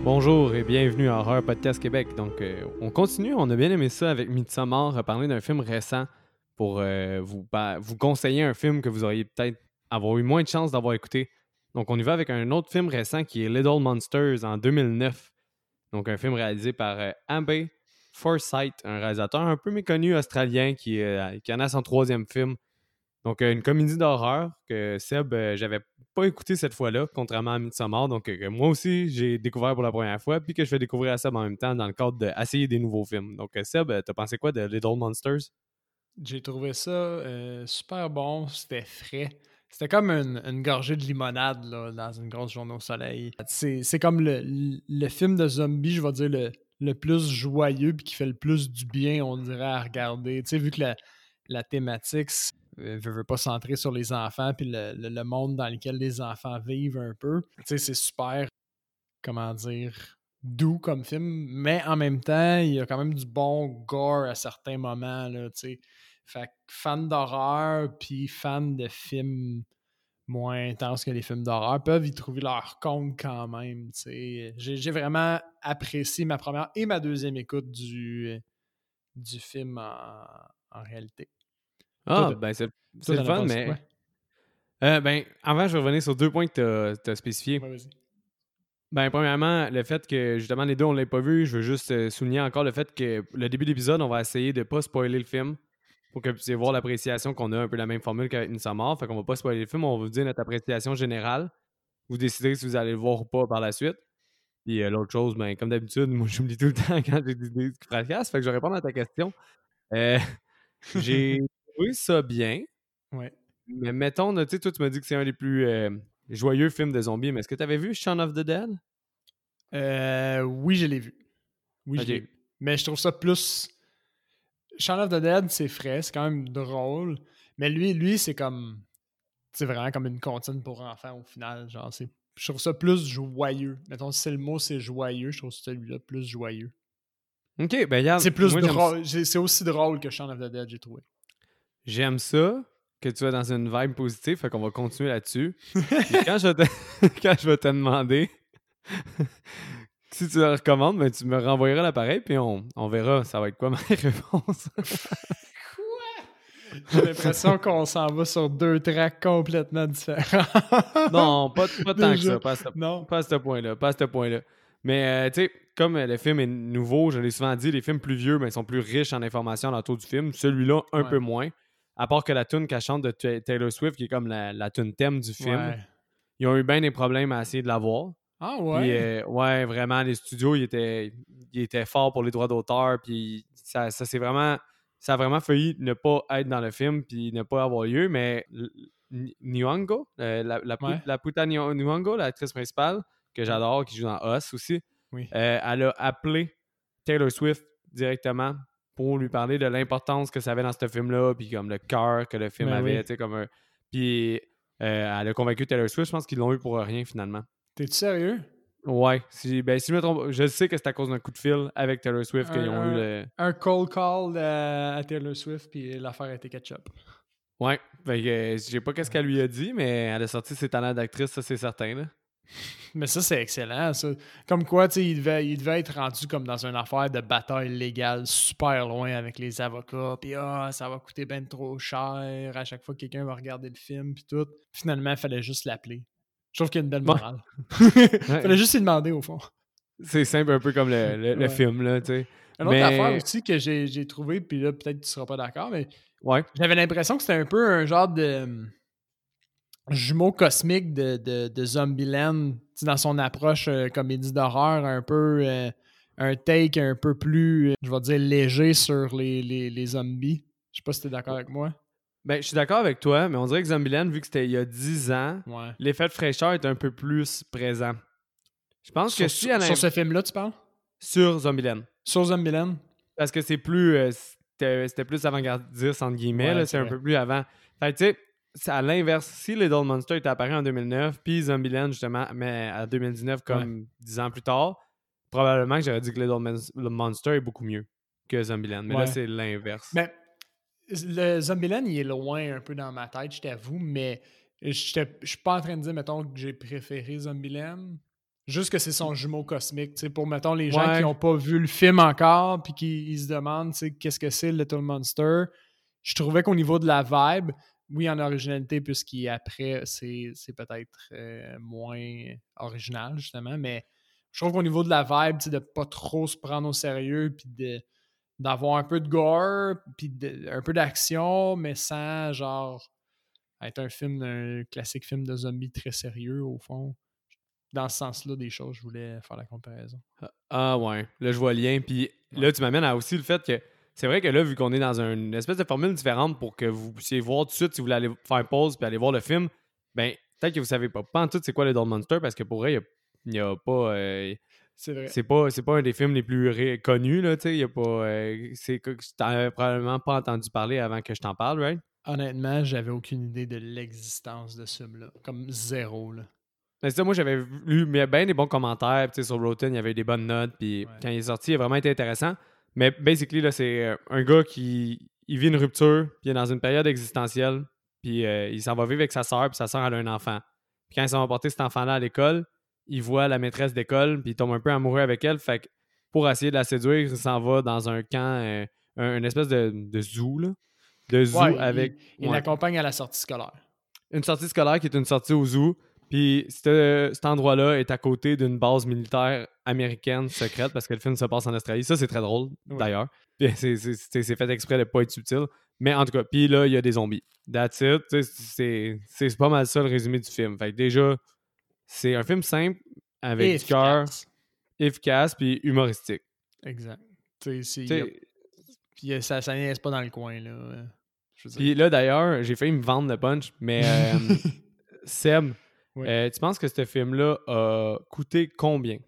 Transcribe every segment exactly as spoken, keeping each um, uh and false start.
Bonjour et bienvenue à Horreur Podcast Québec. Donc, euh, on continue, on a bien aimé ça avec Midsommar, à parler d'un film récent pour euh, vous, bah, vous conseiller un film que vous auriez peut-être avoir eu moins de chance d'avoir écouté. Donc, on y va avec un autre film récent qui est Little Monsters en deux mille neuf. Donc, un film réalisé par euh, Ambe Forsyth, un réalisateur un peu méconnu australien qui, euh, qui en a son troisième film. Donc, euh, une comédie d'horreur que Seb, euh, j'avais pas écouté cette fois-là, contrairement à Midsommar. Donc, euh, moi aussi, j'ai découvert pour la première fois, puis que je fais découvrir à Seb en même temps dans le cadre d'essayer des nouveaux films. Donc, euh, Seb, euh, t'as pensé quoi de Little Monsters? J'ai trouvé ça euh, super bon, c'était frais. C'était comme une, une gorgée de limonade là, dans une grosse journée au soleil. C'est, c'est comme le, le film de zombie, je vais dire, le, le plus joyeux puis qui fait le plus du bien, on dirait, à regarder. Tu sais, vu que la, la thématique ne veut, veut pas centrer sur les enfants puis le, le, le monde dans lequel les enfants vivent un peu. Tu sais, c'est super, comment dire, doux comme film, mais en même temps, il y a quand même du bon gore à certains moments, là, tu sais. Fait que fan d'horreur puis fan de films moins intenses que les films d'horreur peuvent y trouver leur compte quand même, tu sais. J'ai, j'ai vraiment apprécié ma première et ma deuxième écoute du, du film en, en réalité. Toi, Ah, de- ben, c'est toi, c'est le t'en as fun, pensé quoi? mais. Euh, ben, avant, je vais revenir sur deux points que tu as spécifiés. Ouais, vas-y. Ben, premièrement, le fait que justement les deux on l'a pas vu, je veux juste euh, souligner encore le fait que le début d'épisode, on va essayer de pas spoiler le film pour que vous puissiez voir l'appréciation qu'on a un peu la même formule qu'avec Midsommar. Fait qu'on va pas spoiler le film, on va vous dire notre appréciation générale. Vous décidez si vous allez le voir ou pas par la suite. Puis euh, l'autre chose, ben, comme d'habitude, moi j'oublie tout le temps quand j'ai des idées qui fracassent. Fait que je vais répondre à ta question. Euh, j'ai trouvé ça bien, Ouais. mais mettons, tu sais, toi tu m'as dit que c'est un des plus euh, joyeux films de zombies, mais est-ce que tu avais vu Shaun of the Dead? Euh, oui, je l'ai vu. Oui, je l'ai Ok. vu. Mais je trouve ça plus. Shaun of the Dead, c'est frais, c'est quand même drôle. Mais lui, lui c'est comme. C'est vraiment comme une comptine pour enfants au final. Genre, c'est, je trouve ça plus joyeux. Mettons, si c'est le mot, c'est joyeux. Je trouve celui-là plus joyeux. Ok, ben regarde, C'est plus moi j'aime drôle. C'est, c'est aussi drôle que Shaun of the Dead, j'ai trouvé. J'aime ça, que tu es dans une vibe positive, fait qu'on va continuer là-dessus. Puis quand je vais te, quand je vais te demander si tu le recommandes, ben tu me renvoyeras l'appareil, puis on, on verra ça va être quoi ma réponse. Quoi? J'ai l'impression qu'on s'en va sur deux tracks complètement différents. Non, pas, pas tant que Déjà. ça, pas à ce, Non. pas à ce point-là, pas à ce point-là. Mais euh, tu sais, comme euh, le film est nouveau, je l'ai souvent dit, les films plus vieux ben, sont plus riches en informations autour du film. Celui-là, un Ouais. peu moins. À part que la tune qu'elle chante de Ta- Taylor Swift, qui est comme la, la tune thème du film, Ouais. ils ont eu bien des problèmes à essayer de l'avoir. Ah Puis, ouais? euh, ouais, vraiment, les studios, ils étaient, ils étaient forts pour les droits d'auteur. Puis, ça, ça, c'est vraiment, ça a vraiment failli ne pas être dans le film, puis ne pas avoir lieu. Mais L- N- Nyong'o, euh, la, la, Pu- Ouais. la Puta Nyo- Nyong'o, l'actrice principale, que Ouais. j'adore, qui joue dans Us aussi, Oui. euh, elle a appelé Taylor Swift directement pour lui parler de l'importance que ça avait dans ce film-là, puis comme le cœur que le film Ben avait, oui. tu sais, comme un... Puis, euh, elle a convaincu Taylor Swift, je pense qu'ils l'ont eu pour rien, finalement. T'es-tu sérieux? Ouais, si, ben, si je me trompe, je sais que c'est à cause d'un coup de fil avec Taylor Swift qu'ils ont eu Un, un, le. un cold call à, à Taylor Swift, puis l'affaire a été ketchup. Ouais, fait que euh, je sais pas qu'est-ce qu'elle lui a dit, mais elle a sorti ses talents d'actrice, ça c'est certain. Là. Mais ça, c'est excellent, ça. Comme quoi, tu sais, il devait, il devait être rendu comme dans une affaire de bataille légale super loin avec les avocats, puis ah, ça va coûter ben trop cher à chaque fois que quelqu'un va regarder le film, puis tout. Finalement, il fallait juste l'appeler. Je trouve qu'il y a une belle Ouais, morale. ouais. Fallait juste lui demander, au fond. C'est simple un peu comme le, le, le Ouais. film, là, tu sais. Une autre affaire Mais, aussi que j'ai, j'ai trouvé, puis là, peut-être que tu seras pas d'accord, mais ouais. j'avais l'impression que c'était un peu un genre de jumeau cosmique de, de, de Zombieland, tu sais, dans son approche euh, comédie d'horreur, un peu euh, un take un peu plus, euh, je vais dire, léger sur les, les, les zombies. Je sais pas si t'es d'accord avec moi. Ben, je suis d'accord avec toi, mais on dirait que Zombieland, vu que c'était il y a dix ans, Ouais. l'effet de fraîcheur est un peu plus présent. Je pense que Sur, si sur, elle a sur ce film-là, tu parles? sur Zombieland, Sur Zombieland? parce que c'est plus. euh, c'était, c'était plus avant-gardiste, entre guillemets. Ouais, Là, c'est c'est un vrai. peu plus avant. Fait que, tu sais, c'est à l'inverse. Si Little Monster était apparu en deux mille neuf, puis Zombieland, justement, mais à deux mille dix-neuf, Ouais. comme dix ans plus tard, probablement que j'aurais dit que Little Mon- Monster est beaucoup mieux que Zombieland. Mais là, Ouais. c'est l'inverse. Mais le Zombieland, il est loin un peu dans ma tête, je t'avoue, mais je suis pas en train de dire, mettons, que j'ai préféré Zombieland. Juste que c'est son jumeau cosmique, tu sais, pour, mettons, les gens Ouais. qui n'ont pas vu le film encore puis qui ils se demandent, tu sais, qu'est-ce que c'est Little Monster. Je trouvais qu'au niveau de la vibe, oui, en originalité, puisqu'après, c'est, c'est peut-être euh, moins original, justement, mais je trouve qu'au niveau de la vibe, tu sais, de ne pas trop se prendre au sérieux puis de, d'avoir un peu de gore puis de- un peu d'action, mais sans, genre, être un film, un classique film de zombies très sérieux, au fond. Dans ce sens-là des choses, je voulais faire la comparaison. Ah ah ouais, là je vois le lien. Puis Ouais. là, tu m'amènes à aussi le fait que c'est vrai que là, vu qu'on est dans une espèce de formule différente pour que vous puissiez voir tout de suite si vous voulez aller faire pause puis aller voir le film, ben peut-être que vous savez pas, pas en tout c'est quoi le Little Monster parce que pour vrai, il n'y a, y a pas. euh, C'est vrai. c'est pas c'est pas un des films les plus ré- connus, là, tu sais. Il y a pas. euh, c'est que tu t'en probablement pas entendu parler avant que je t'en parle, right? Honnêtement, j'avais aucune idée de l'existence de ce film-là. Comme zéro, là. Mais ça, moi, j'avais lu mais bien des bons commentaires. Puis, tu sais, sur Rotten, il y avait des bonnes notes. Puis Ouais. quand il est sorti, il a vraiment été intéressant. Mais basically, là, c'est euh, un gars qui il vit une rupture, puis il est dans une période existentielle. Puis euh, il s'en va vivre avec sa sœur, puis sa sœur elle a un enfant. Puis quand ils s'en va porter cet enfant-là à l'école, il voit la maîtresse d'école, puis il tombe un peu amoureux avec elle. Fait que pour essayer de la séduire, il s'en va dans un camp, euh, un, une espèce de, de zoo, là. De zoo Ouais, il, avec. il Ouais. l'accompagne à la sortie scolaire. Une sortie scolaire qui est une sortie au zoo. Puis c'te- cet endroit-là est à côté d'une base militaire américaine secrète parce que le film se passe en Australie. Ça, c'est très drôle, Oui. d'ailleurs. Puis c'est, c'est- c'est- c'est fait exprès de pas être subtil. Mais en tout cas, puis là, il y a des zombies. That's it. Tu sais, C'est, c'est pas mal ça le résumé du film. Fait que déjà, c'est un film simple, avec du cœur, Efficace. efficace, puis humoristique. Exact. Tu sais, c'est- Tu y a- sais, y a- ça, ça niaise pas dans le coin, là. euh, Je veux Puis dire. là, d'ailleurs, j'ai failli me vendre le punch, mais euh, Seb, Oui. euh, tu penses que ce film-là a coûté combien?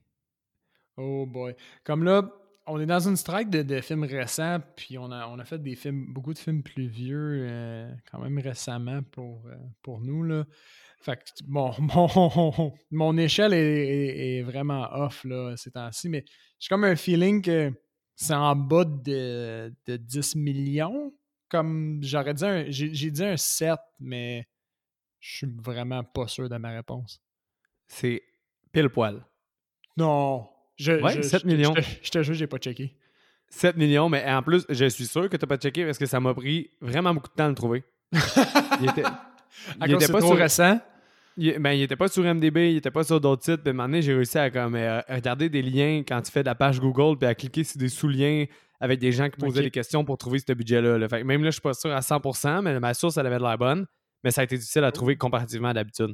Oh boy. Comme là, on est dans une strike de, de films récents, puis on a, on a fait des films, beaucoup de films plus vieux, euh, quand même récemment pour, euh, pour nous, là. Fait que, bon, mon, mon échelle est, est- est vraiment off, là, ces temps-ci, mais j'ai comme un feeling que c'est en bas de, de dix millions. Comme, j'aurais dit un, j'ai, j'ai dit un sept, mais je suis vraiment pas sûr de ma réponse. C'est pile poil. Non, je, Ouais, je, sept je, te- je millions. te- je te jure, j'ai pas checké. sept millions, mais en plus, je suis sûr que tu n'as pas checké parce que ça m'a pris vraiment beaucoup de temps à le trouver. Il était, À il cause était c'est pas trop sur, récent. il, ben, il était pas sur M D B, il était pas sur d'autres sites. Puis à un moment donné, j'ai réussi à, comme, euh, à regarder des liens quand tu fais de la page Google, puis à cliquer sur des sous-liens avec des gens qui posaient Ok. des questions pour trouver ce budget-là. là. Fait que même là, je suis pas sûr à cent pour cent, mais ma source, elle avait de l'air bonne. Mais ça a été difficile à trouver comparativement à d'habitude.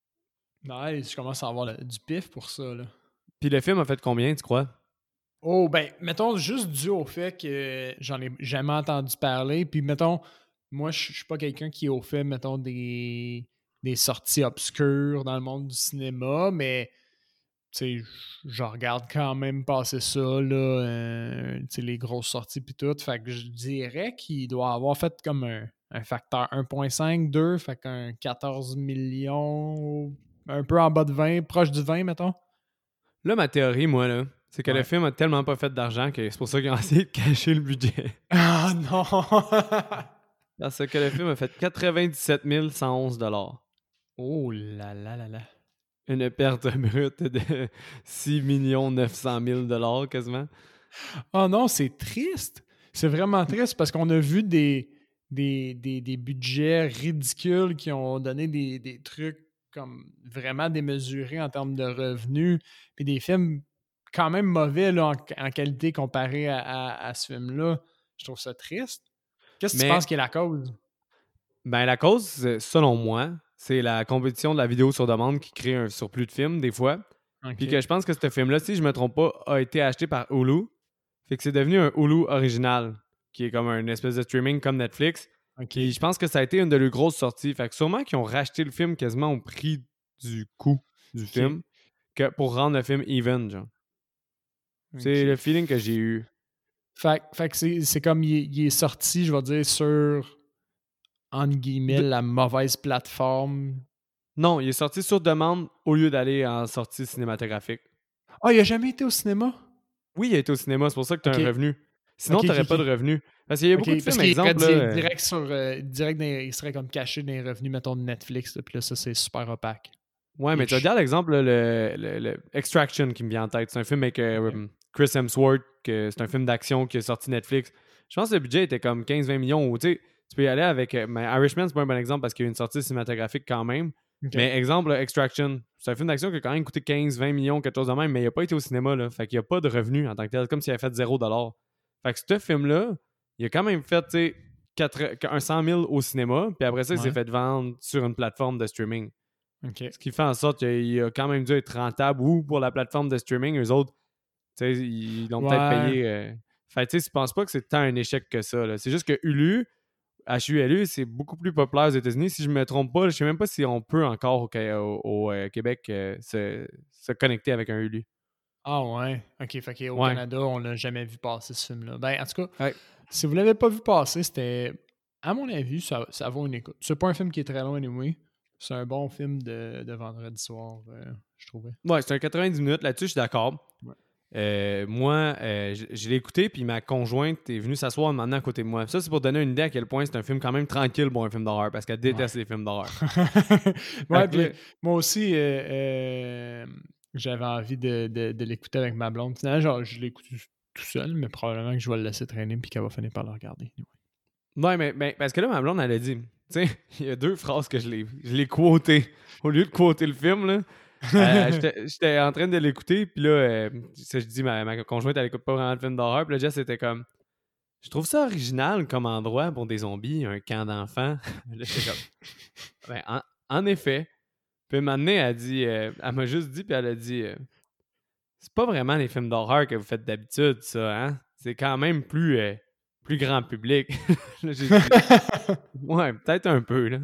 Nice, je commence à avoir le- du pif pour ça, là. Puis le film a fait combien, tu crois? Oh, ben, mettons, juste dû au fait que j'en ai jamais entendu parler, puis mettons, moi, je je suis pas quelqu'un qui est au fait, mettons, des, des sorties obscures dans le monde du cinéma, mais, tu sais, je regarde quand même passer ça, là, euh, tu sais, les grosses sorties puis tout, fait que je dirais qu'il doit avoir fait comme un, un facteur un virgule cinq, deux, fait qu'un quatorze millions, un peu en bas de vingt, proche du vingt, mettons. Là, ma théorie, moi, là, c'est que le Ouais. film a tellement pas fait d'argent que c'est pour ça qu'ils ont essayé de cacher le budget. Ah non! Parce que le film a fait quatre-vingt-dix-sept mille cent onze dollars. Oh là là là là. Une perte brute de six millions neuf cent mille dollars quasiment. Oh non, c'est triste. C'est vraiment triste parce qu'on a vu des, des, des, des budgets ridicules qui ont donné des, des trucs comme vraiment démesurés en termes de revenus, puis des films quand même mauvais là, en, en qualité comparé à, à, à ce film-là. Je trouve ça triste. Qu'est-ce que tu Mais penses qui est la cause? ben la cause, euh, selon moi, c'est la compétition de la vidéo sur demande qui crée un surplus de films des fois. Ok. Puis que je pense que ce film-là, si je me trompe pas, a été acheté par Hulu. Fait que c'est devenu un Hulu original, qui est comme une espèce de streaming comme Netflix. Ok. Puis je pense que ça a été une de leurs grosses sorties. Fait que sûrement qu'ils ont racheté le film quasiment au prix du coût du film que pour rendre le film even, genre. C'est Ok. le feeling que j'ai eu. Fait, fait que c'est, c'est comme il est, il est sorti, je vais dire, sur, entre guillemets, De- la mauvaise plateforme. Non, il est sorti sur demande au lieu d'aller en sortie cinématographique. Ah, il a jamais été au cinéma? Oui, il a été au cinéma, c'est pour ça que tu as Ok. un revenu. Sinon, Ok, tu n'aurais ok, pas ok. de revenu. Parce qu'il y a beaucoup Ok, de parce films, qu'il exemple. serait là, di- euh, direct sur, euh, direct dans- il serait comme caché dans les revenus, mettons, de Netflix, là, puis là, ça, c'est super opaque. Ouais, mais tu Ish. regardes l'exemple, là, le, le, le Extraction qui me vient en tête. C'est un film avec euh, Ok. um, Chris Hemsworth, que c'est un film d'action qui est sorti Netflix. Je pense que le budget était comme quinze vingt millions. Ou, tu sais, tu peux y aller avec. euh, mais Irishman, c'est pas un bon exemple parce qu'il y a une sortie cinématographique quand même. Ok. Mais exemple, là, Extraction, c'est un film d'action qui a quand même coûté quinze vingt millions, quelque chose de même, mais il n'a pas été au cinéma. Là, fait qu'il n'y a pas de revenus en tant que tel, comme s'il avait fait zéro dollar. Fait que ce film-là, il a quand même fait, tu sais, quatre- un cent mille au cinéma, puis après ça, il s'est Ouais. fait vendre sur une plateforme de streaming. Ok. Ce qui fait en sorte qu'il a quand même dû être rentable ou pour la plateforme de streaming, eux autres, tu sais, ils l'ont peut-être Ouais. payé. Euh... Fait tu sais, je pense pas que c'est tant un échec que ça. Là. C'est juste que Hulu, H U L U, c'est beaucoup plus populaire aux États-Unis. Si je me trompe pas, je sais même pas si on peut encore au, au- au, euh, Québec euh, se, se connecter avec un Hulu. Ah ouais. Ok, fait qu'au Ouais. Canada, on l'a jamais vu passer ce film-là. Ben, en tout cas, Ouais. si vous l'avez pas vu passer, c'était, à mon avis, ça, ça vaut une écoute. C'est pas un film qui est très long anyway. C'est un bon film de, de vendredi soir, euh, je trouvais. Ouais, c'est un quatre-vingt-dix minutes là-dessus, je suis d'accord. Ouais. Euh, moi, euh, je, je l'ai écouté, puis ma conjointe est venue s'asseoir maintenant à côté de moi. Ça, c'est pour donner une idée à quel point c'est un film quand même tranquille pour un film d'horreur, parce qu'elle Ouais. déteste les films d'horreur. Fait Ouais, que là, puis moi aussi, euh, euh, j'avais envie de, de, de l'écouter avec ma blonde. Finalement, genre, je l'écoute tout seul, mais probablement que je vais le laisser traîner puis qu'elle va finir par le regarder. ouais, mais, mais parce que là, ma blonde, elle a dit, tu sais, il y a deux phrases que je l'ai, je l'ai quotées. Au lieu de quoter le film, là, euh, j'étais, j'étais en train de l'écouter, puis là, euh, ça, je dis, ma, ma conjointe, elle écoute pas vraiment le film d'horreur, puis là, Jess était comme, je trouve ça original comme endroit pour des zombies, un camp d'enfants. Là, j'étais comme, ben, en, en effet. Puis un moment donné, elle a dit, euh, elle m'a juste dit, puis elle a dit, euh, c'est pas vraiment les films d'horreur que vous faites d'habitude, ça, hein? C'est quand même plus, euh, plus grand public. Là, j'ai dit, ouais, peut-être un peu, là.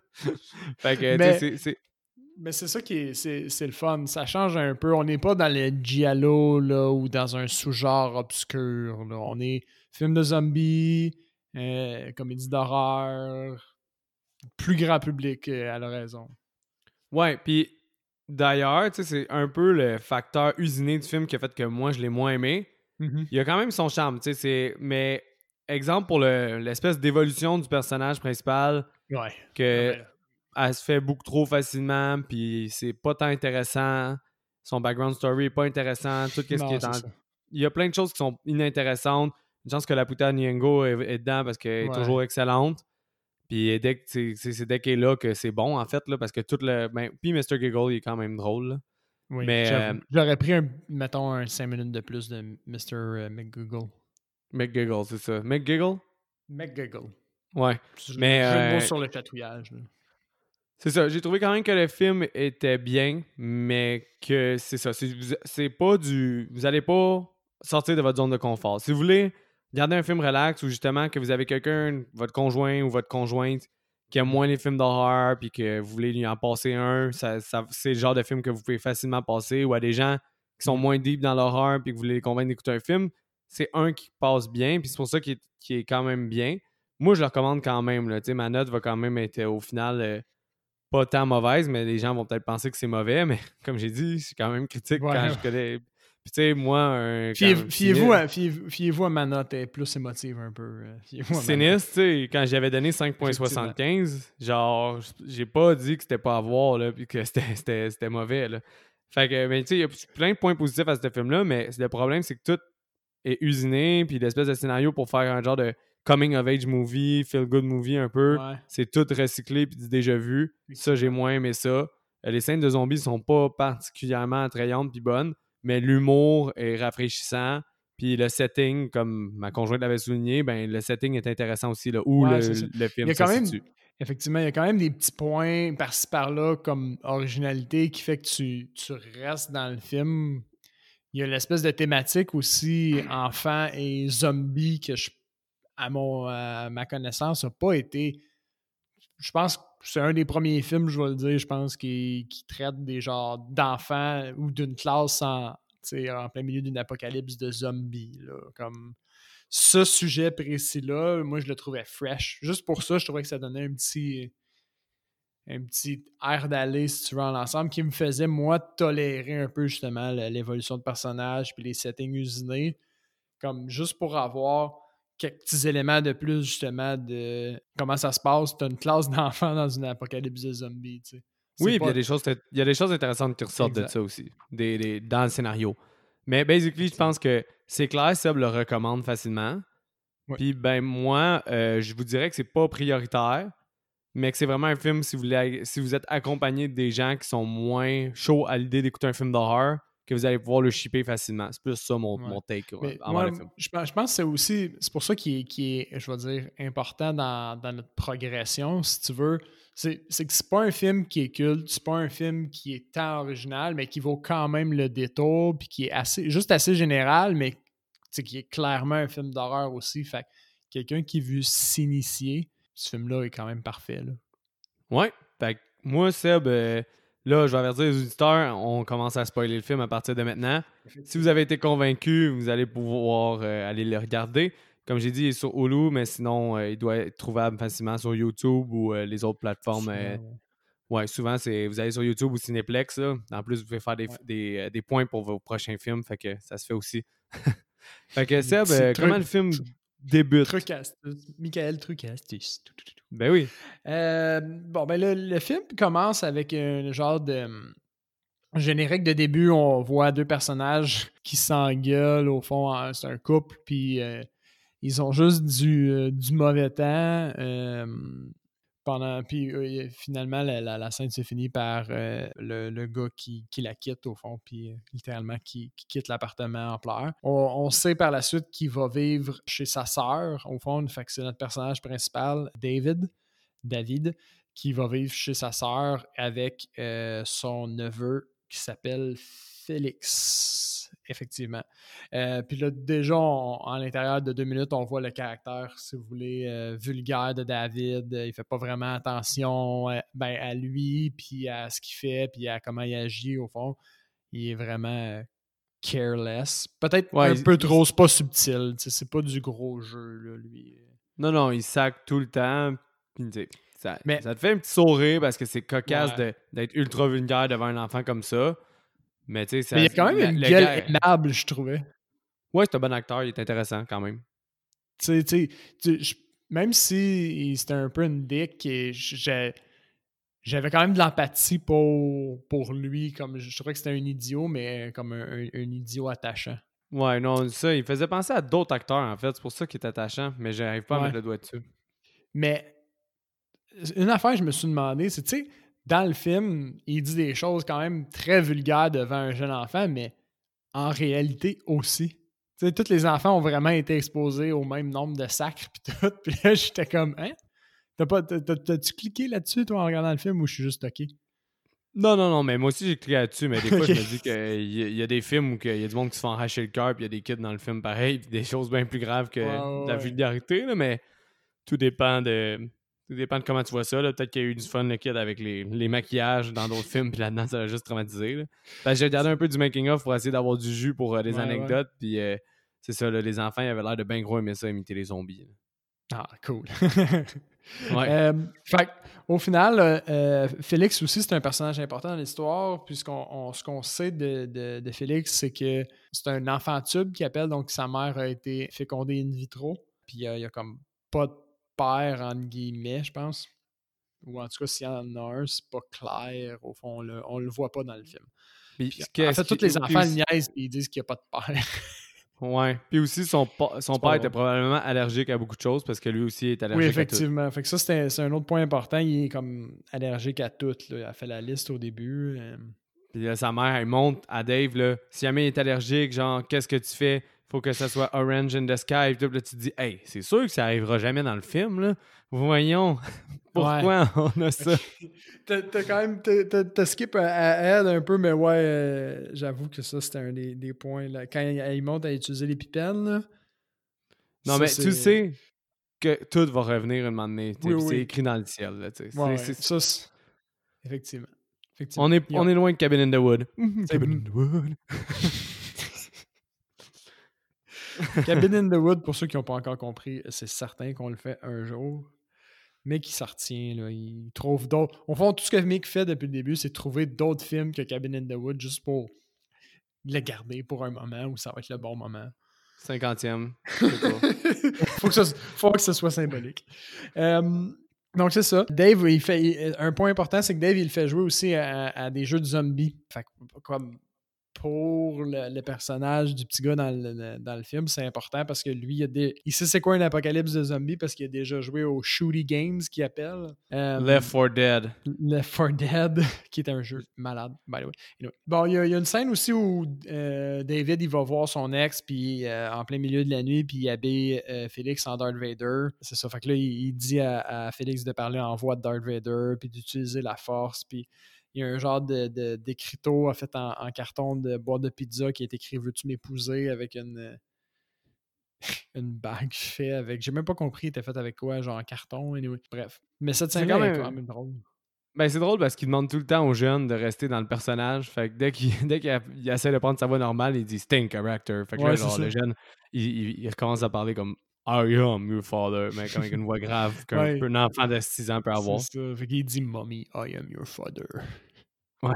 Fait que, tu sais, mais c'est, c'est... mais c'est ça qui est, c'est, c'est le fun. Ça change un peu. On n'est pas dans le giallo là, ou dans un sous-genre obscur. Là. On est film de zombies, euh, comédie d'horreur, plus grand public, euh, elle a raison. Ouais, puis d'ailleurs, tu sais, c'est un peu le facteur usiné du film qui a fait que moi, je l'ai moins aimé. Mhm. Il y a quand même son charme, tu sais, c'est... Mais, exemple, pour le, l'espèce d'évolution du personnage principal, Ouais. Ah que ben là. elle se fait beaucoup trop facilement, puis c'est pas tant intéressant. Son background story est pas intéressant. Tout ce qui Non, est c'est en... ça. Il y a plein de choses qui sont inintéressantes. Une chance que la Puta Nyong'o est, est dedans parce qu'elle est Ouais. toujours excellente. Puis dès que c'est, c'est, c'est dès qu'elle est là que c'est bon, en fait, là, parce que tout le... Ben, puis mister Giggle, il est quand même drôle, là. Oui, Mais euh, j'avoue. J'aurais pris, un, mettons, un cinq minutes de plus de mister euh, McGoogle. McGiggle, c'est ça. McGiggle? McGoogle. Ouais. Jeu Mais jeu de mots euh, sur le chatouillage. Là. c'est ça, j'ai trouvé quand même que le film était bien, mais que c'est ça, c'est, vous- c'est pas du... Vous allez pas sortir de votre zone de confort. Si vous voulez regarder un film relax ou justement que vous avez quelqu'un, votre conjoint ou votre conjointe, qui aime Mhm. moins les films d'horreur puis que vous voulez lui en passer un, ça, ça- c'est le genre de film que vous pouvez facilement passer, ou à des gens qui sont Mhm. moins deep dans l'horreur puis que vous voulez les convaincre d'écouter un film, c'est un qui passe bien, puis c'est pour ça qu'il est, qu'il est quand même bien. Moi, je le recommande quand même, là. Tu sais, ma note va quand même être au final... euh, pas tant mauvaise, mais les gens vont peut-être penser que c'est mauvais, mais comme j'ai dit, je suis quand même critique quand Ouais. je connais. Puis tu sais, moi, un, quand Fiez- même Fiez-vous cyni- à, fiez- fiez-vous à ma note, elle est plus émotive un peu. euh, Fiez-vous à ma note. cyniste, tu sais, quand j'avais donné Effectivement. cinq virgule soixante-quinze, genre, j'ai pas dit que c'était pas à voir, là, puis que c'était, c'était, c'était mauvais, là. Fait que, ben, tu sais, il y a plein de points positifs à ce film-là, mais le problème, c'est que tout est usiné, puis l'espèce de scénario pour faire un genre de coming of age movie, feel good movie un peu, Ouais, c'est tout recyclé puis du déjà vu. Ça, j'ai effectivement. moins aimé ça. Euh, Les scènes de zombies sont pas particulièrement attrayantes puis bonnes, mais l'humour est rafraîchissant. Puis le setting, comme ma conjointe l'avait souligné, ben le setting est intéressant aussi, là, où Ouais, le, c'est ça. le Il y film a se quand même, situe. effectivement, il y a quand même des petits points par-ci par-là comme originalité qui fait que tu, tu restes dans le film. Il y a l'espèce de thématique aussi enfant et zombie que je, à mon à ma connaissance n'a pas été. Je pense que c'est un des premiers films, je vais le dire, je pense, qui, qui traite des genres d'enfants ou d'une classe en, tu sais, en plein milieu d'une apocalypse de zombies. Là, comme ce sujet précis-là, moi, je le trouvais fresh. Juste pour ça, je trouvais que ça donnait un petit, un petit air d'aller, si tu veux, en ensemble, qui me faisait, moi, tolérer un peu, justement, l'évolution de personnages puis les settings usinés, comme juste pour avoir quelques petits éléments de plus, justement, de comment ça se passe. Tu as une classe d'enfants dans une apocalypse de zombies, tu sais. Oui, puis il pas... y a des choses, il y a des choses intéressantes qui ressortent exact. De ça aussi, des, des, dans le scénario. Mais basically, je pense que c'est clair, Seb le recommande facilement. Oui. Puis ben moi, euh, je vous dirais que c'est pas prioritaire, mais que c'est vraiment un film si vous, voulez, si vous êtes accompagné des gens qui sont moins chauds à l'idée d'écouter un film d'horreur, que vous allez pouvoir le shipper facilement. C'est plus ça mon, ouais. mon take mais moi, le film. Je, je pense que c'est aussi, c'est pour ça qu'il est, qu'il est, je vais dire, important dans, dans notre progression, si tu veux. C'est, c'est que c'est pas un film qui est culte, c'est pas un film qui est tant original, mais qui vaut quand même le détour, puis qui est assez, juste assez général, mais qui est clairement un film d'horreur aussi. Fait que quelqu'un qui veut s'initier, ce film-là est quand même parfait. Là. Ouais. Fait que moi, Seb, euh, là, je vais avertir les auditeurs, on commence à spoiler le film à partir de maintenant. Si vous avez été convaincu, vous allez pouvoir euh, aller le regarder. Comme j'ai dit, il est sur Hulu, mais sinon, euh, il doit être trouvable facilement sur YouTube ou euh, les autres plateformes. Souvent, euh, ouais. ouais, souvent, c'est vous allez sur YouTube ou Cinéplex. Là. En plus, vous pouvez faire des, ouais. des, euh, des points pour vos prochains films. Fait que ça se fait aussi. Fait que Seb, euh, comment le film débute? Truc astuce. Michael Truc astuce. Ben oui. Euh, bon, ben le, le film commence avec un genre de um, générique de début. On voit deux personnages qui s'engueulent. Au fond, c'est un couple. Puis euh, ils ont juste du, euh, du mauvais temps. Euh, pendant Puis euh, finalement, la, la, la scène se finit par euh, le, le gars qui, qui la quitte, au fond, puis euh, littéralement qui, qui quitte l'appartement en pleurs. On, on sait par la suite qu'il va vivre chez sa sœur, au fond, fait que c'est notre personnage principal, David, David, qui va vivre chez sa sœur avec euh, son neveu qui s'appelle Félix, effectivement. Euh, puis là, déjà, on, à l'intérieur de deux minutes, on voit le caractère, si vous voulez, euh, vulgaire de David. Il fait pas vraiment attention à, ben, à lui, puis à ce qu'il fait, puis à comment il agit, au fond. Il est vraiment euh, careless. Peut-être ouais, un il, peu trop, il... c'est pas subtil. C'est pas du gros jeu, là, lui. Non, non, il sac tout le temps. Ça, mais, ça te fait un petit sourire parce que c'est cocasse ouais. de, d'être ultra vulgaire devant un enfant comme ça. Mais tu sais, ça. Mais il y a quand même la, une gueule gars... aimable, je trouvais. Ouais, c'est un bon acteur, il est intéressant quand même. Tu sais, tu sais, même si c'était un peu une dick, et j'ai, j'avais quand même de l'empathie pour, pour lui. Comme je trouvais que c'était un idiot, mais comme un, un, un idiot attachant. Ouais, non, ça, il faisait penser à d'autres acteurs, en fait. C'est pour ça qu'il est attachant, mais j'arrive pas ouais. à mettre le doigt dessus. Mais une affaire, je me suis demandé, c'est, tu sais, dans le film, il dit des choses quand même très vulgaires devant un jeune enfant, mais en réalité aussi. Tu sais, tous les enfants ont vraiment été exposés au même nombre de sacres pis tout. Puis là, j'étais comme, hein? T'as pas, t'as, t'as-tu cliqué là-dessus, toi, en regardant le film, ou je suis juste toqué? Non, non, non, mais moi aussi, j'ai cliqué là-dessus, mais des fois, okay. je me dis qu'il y, y a des films où il y a du monde qui se font arracher le cœur, puis il y a des kids dans le film pareil, puis des choses bien plus graves que ouais, de la ouais. vulgarité, là, mais tout dépend de... Tout dépend de comment tu vois ça. Là. Peut-être qu'il y a eu du fun, le kid, avec les, les maquillages dans d'autres films, puis là-dedans, ça l'a juste traumatisé. Là. Parce que j'ai regardé un peu du making-of pour essayer d'avoir du jus pour euh, des ouais, anecdotes, ouais. puis euh, c'est ça, là, les enfants, ils avaient l'air de bien gros aimer ça, imiter les zombies. Là. Ah, cool. ouais. euh, fait au final, euh, Félix aussi, c'est un personnage important dans l'histoire, puisqu'on on, ce qu'on sait de, de, de Félix, c'est que c'est un enfant tube qui appelle, donc sa mère a été fécondée in vitro, puis il y a comme pas de père, entre guillemets, je pense. Ou en tout cas, s'il y en a un, c'est pas clair. Au fond, on le, on le voit pas dans le film. Puis, puis, en fait, tous les enfants le niaisent et ils disent qu'il n'y a pas de père. Ouais. Puis aussi, son, pa- son père était probablement allergique à beaucoup de choses parce que lui aussi est allergique oui, à tout. Oui, effectivement. Fait que ça, c'est un, c'est un autre point important. Il est comme allergique à tout. Là. Il a fait la liste au début. Euh... Puis là, sa mère, elle montre à Dave, là, si jamais il est allergique, genre, qu'est-ce que tu fais? Faut que ça soit orange in the sky. Puis là, tu te dis, hey, c'est sûr que ça arrivera jamais dans le film, là. Voyons, pourquoi ouais. on a ça? t'as, t'as quand même, t'as, t'as, t'as skip à, à Ed un peu, mais ouais, euh, j'avoue que ça, c'était un des, des points, là. Quand il, il monte à utiliser les pipennes, là. Non, ça, mais c'est... tu sais que tout va revenir un moment donné. Oui, oui. C'est écrit dans le ciel, là, tu sais. Ouais, c'est, ouais. c'est... Ça, c'est... Effectivement. Effectivement. On est, on est loin de Cabin in the Wood. Cabin in the Wood. Cabin in the Wood, pour ceux qui n'ont pas encore compris, c'est certain qu'on le fait un jour. Mais qui s'en retient, là. Il trouve d'autres. Au fond, tout ce que Mick fait depuis le début, c'est trouver d'autres films que Cabin in the Wood juste pour le garder pour un moment où ça va être le bon moment. Cinquantième. faut, que ça, faut que ce soit symbolique. Euh, Donc, c'est ça. Dave, il fait, il- un point important, c'est que Dave, il le fait jouer aussi à, à des jeux de zombies. Fait que, comme pour le, le personnage du petit gars dans le, dans le film, c'est important parce que lui, il, a des, il sait c'est quoi un apocalypse de zombies parce qu'il a déjà joué aux Shooty Games, qu'il appelle. Euh, Left four Dead. Left four Dead, qui est un jeu malade, by the way. Anyway. Bon, il y, a, il y a une scène aussi où euh, David, il va voir son ex, puis euh, en plein milieu de la nuit, puis il habille euh, Félix en Darth Vader. C'est ça. Fait que là, il, il dit à, à Félix de parler en voix de Darth Vader, puis d'utiliser la force, puis il y a un genre de, de, d'écriteau en fait en, en carton de boîte de pizza qui est écrit Veux-tu m'épouser avec une, une bague faite avec. J'ai même pas compris, il était fait avec quoi, genre en carton, anyway. Bref. Mais cette C'est scène-là quand est même. quand même drôle. Ben, c'est drôle parce qu'il demande tout le temps aux jeunes de rester dans le personnage. Fait que dès qu'il dès qu'il a- il essaie de prendre sa voix normale, il dit Stay in character. Fait que Ouais, là, c'est genre, ça. le jeune, il, il, il recommence à parler comme I am your father, mais comme avec une voix grave qu'un Ouais. peu un enfant de six ans peut C'est avoir. ça. Fait qu'il dit Mommy, I am your father. Ouais.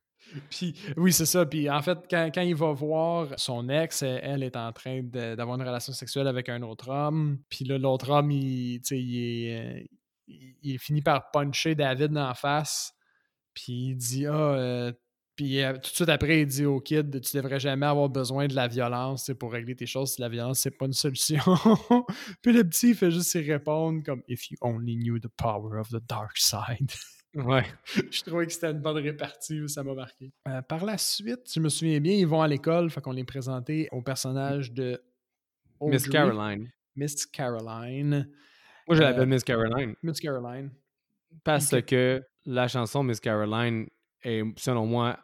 Puis, oui, c'est ça. Puis, en fait, quand, quand il va voir son ex, elle, elle est en train de- d'avoir une relation sexuelle avec un autre homme. Puis là, l'autre homme, il, tu sais, il, est, euh, il, il finit par puncher David dans la face. Puis, il dit Ah, euh, puis euh, tout de suite après, il dit au kid Tu devrais jamais avoir besoin de la violence tu sais, pour régler tes choses si la violence, c'est pas une solution. Puis le petit, il fait juste y répondre comme If you only knew the power of the dark side. Ouais. Je trouvais que c'était une bonne répartie, ça m'a marqué. Euh, par la suite, si je me souviens bien, ils vont à l'école, fait qu'on les présentait au personnage de Miss Audrey, Caroline. Miss Caroline. Moi, je Euh, l'appelle Miss Caroline Miss Caroline. parce Ok. que la chanson Miss Caroline est, selon moi,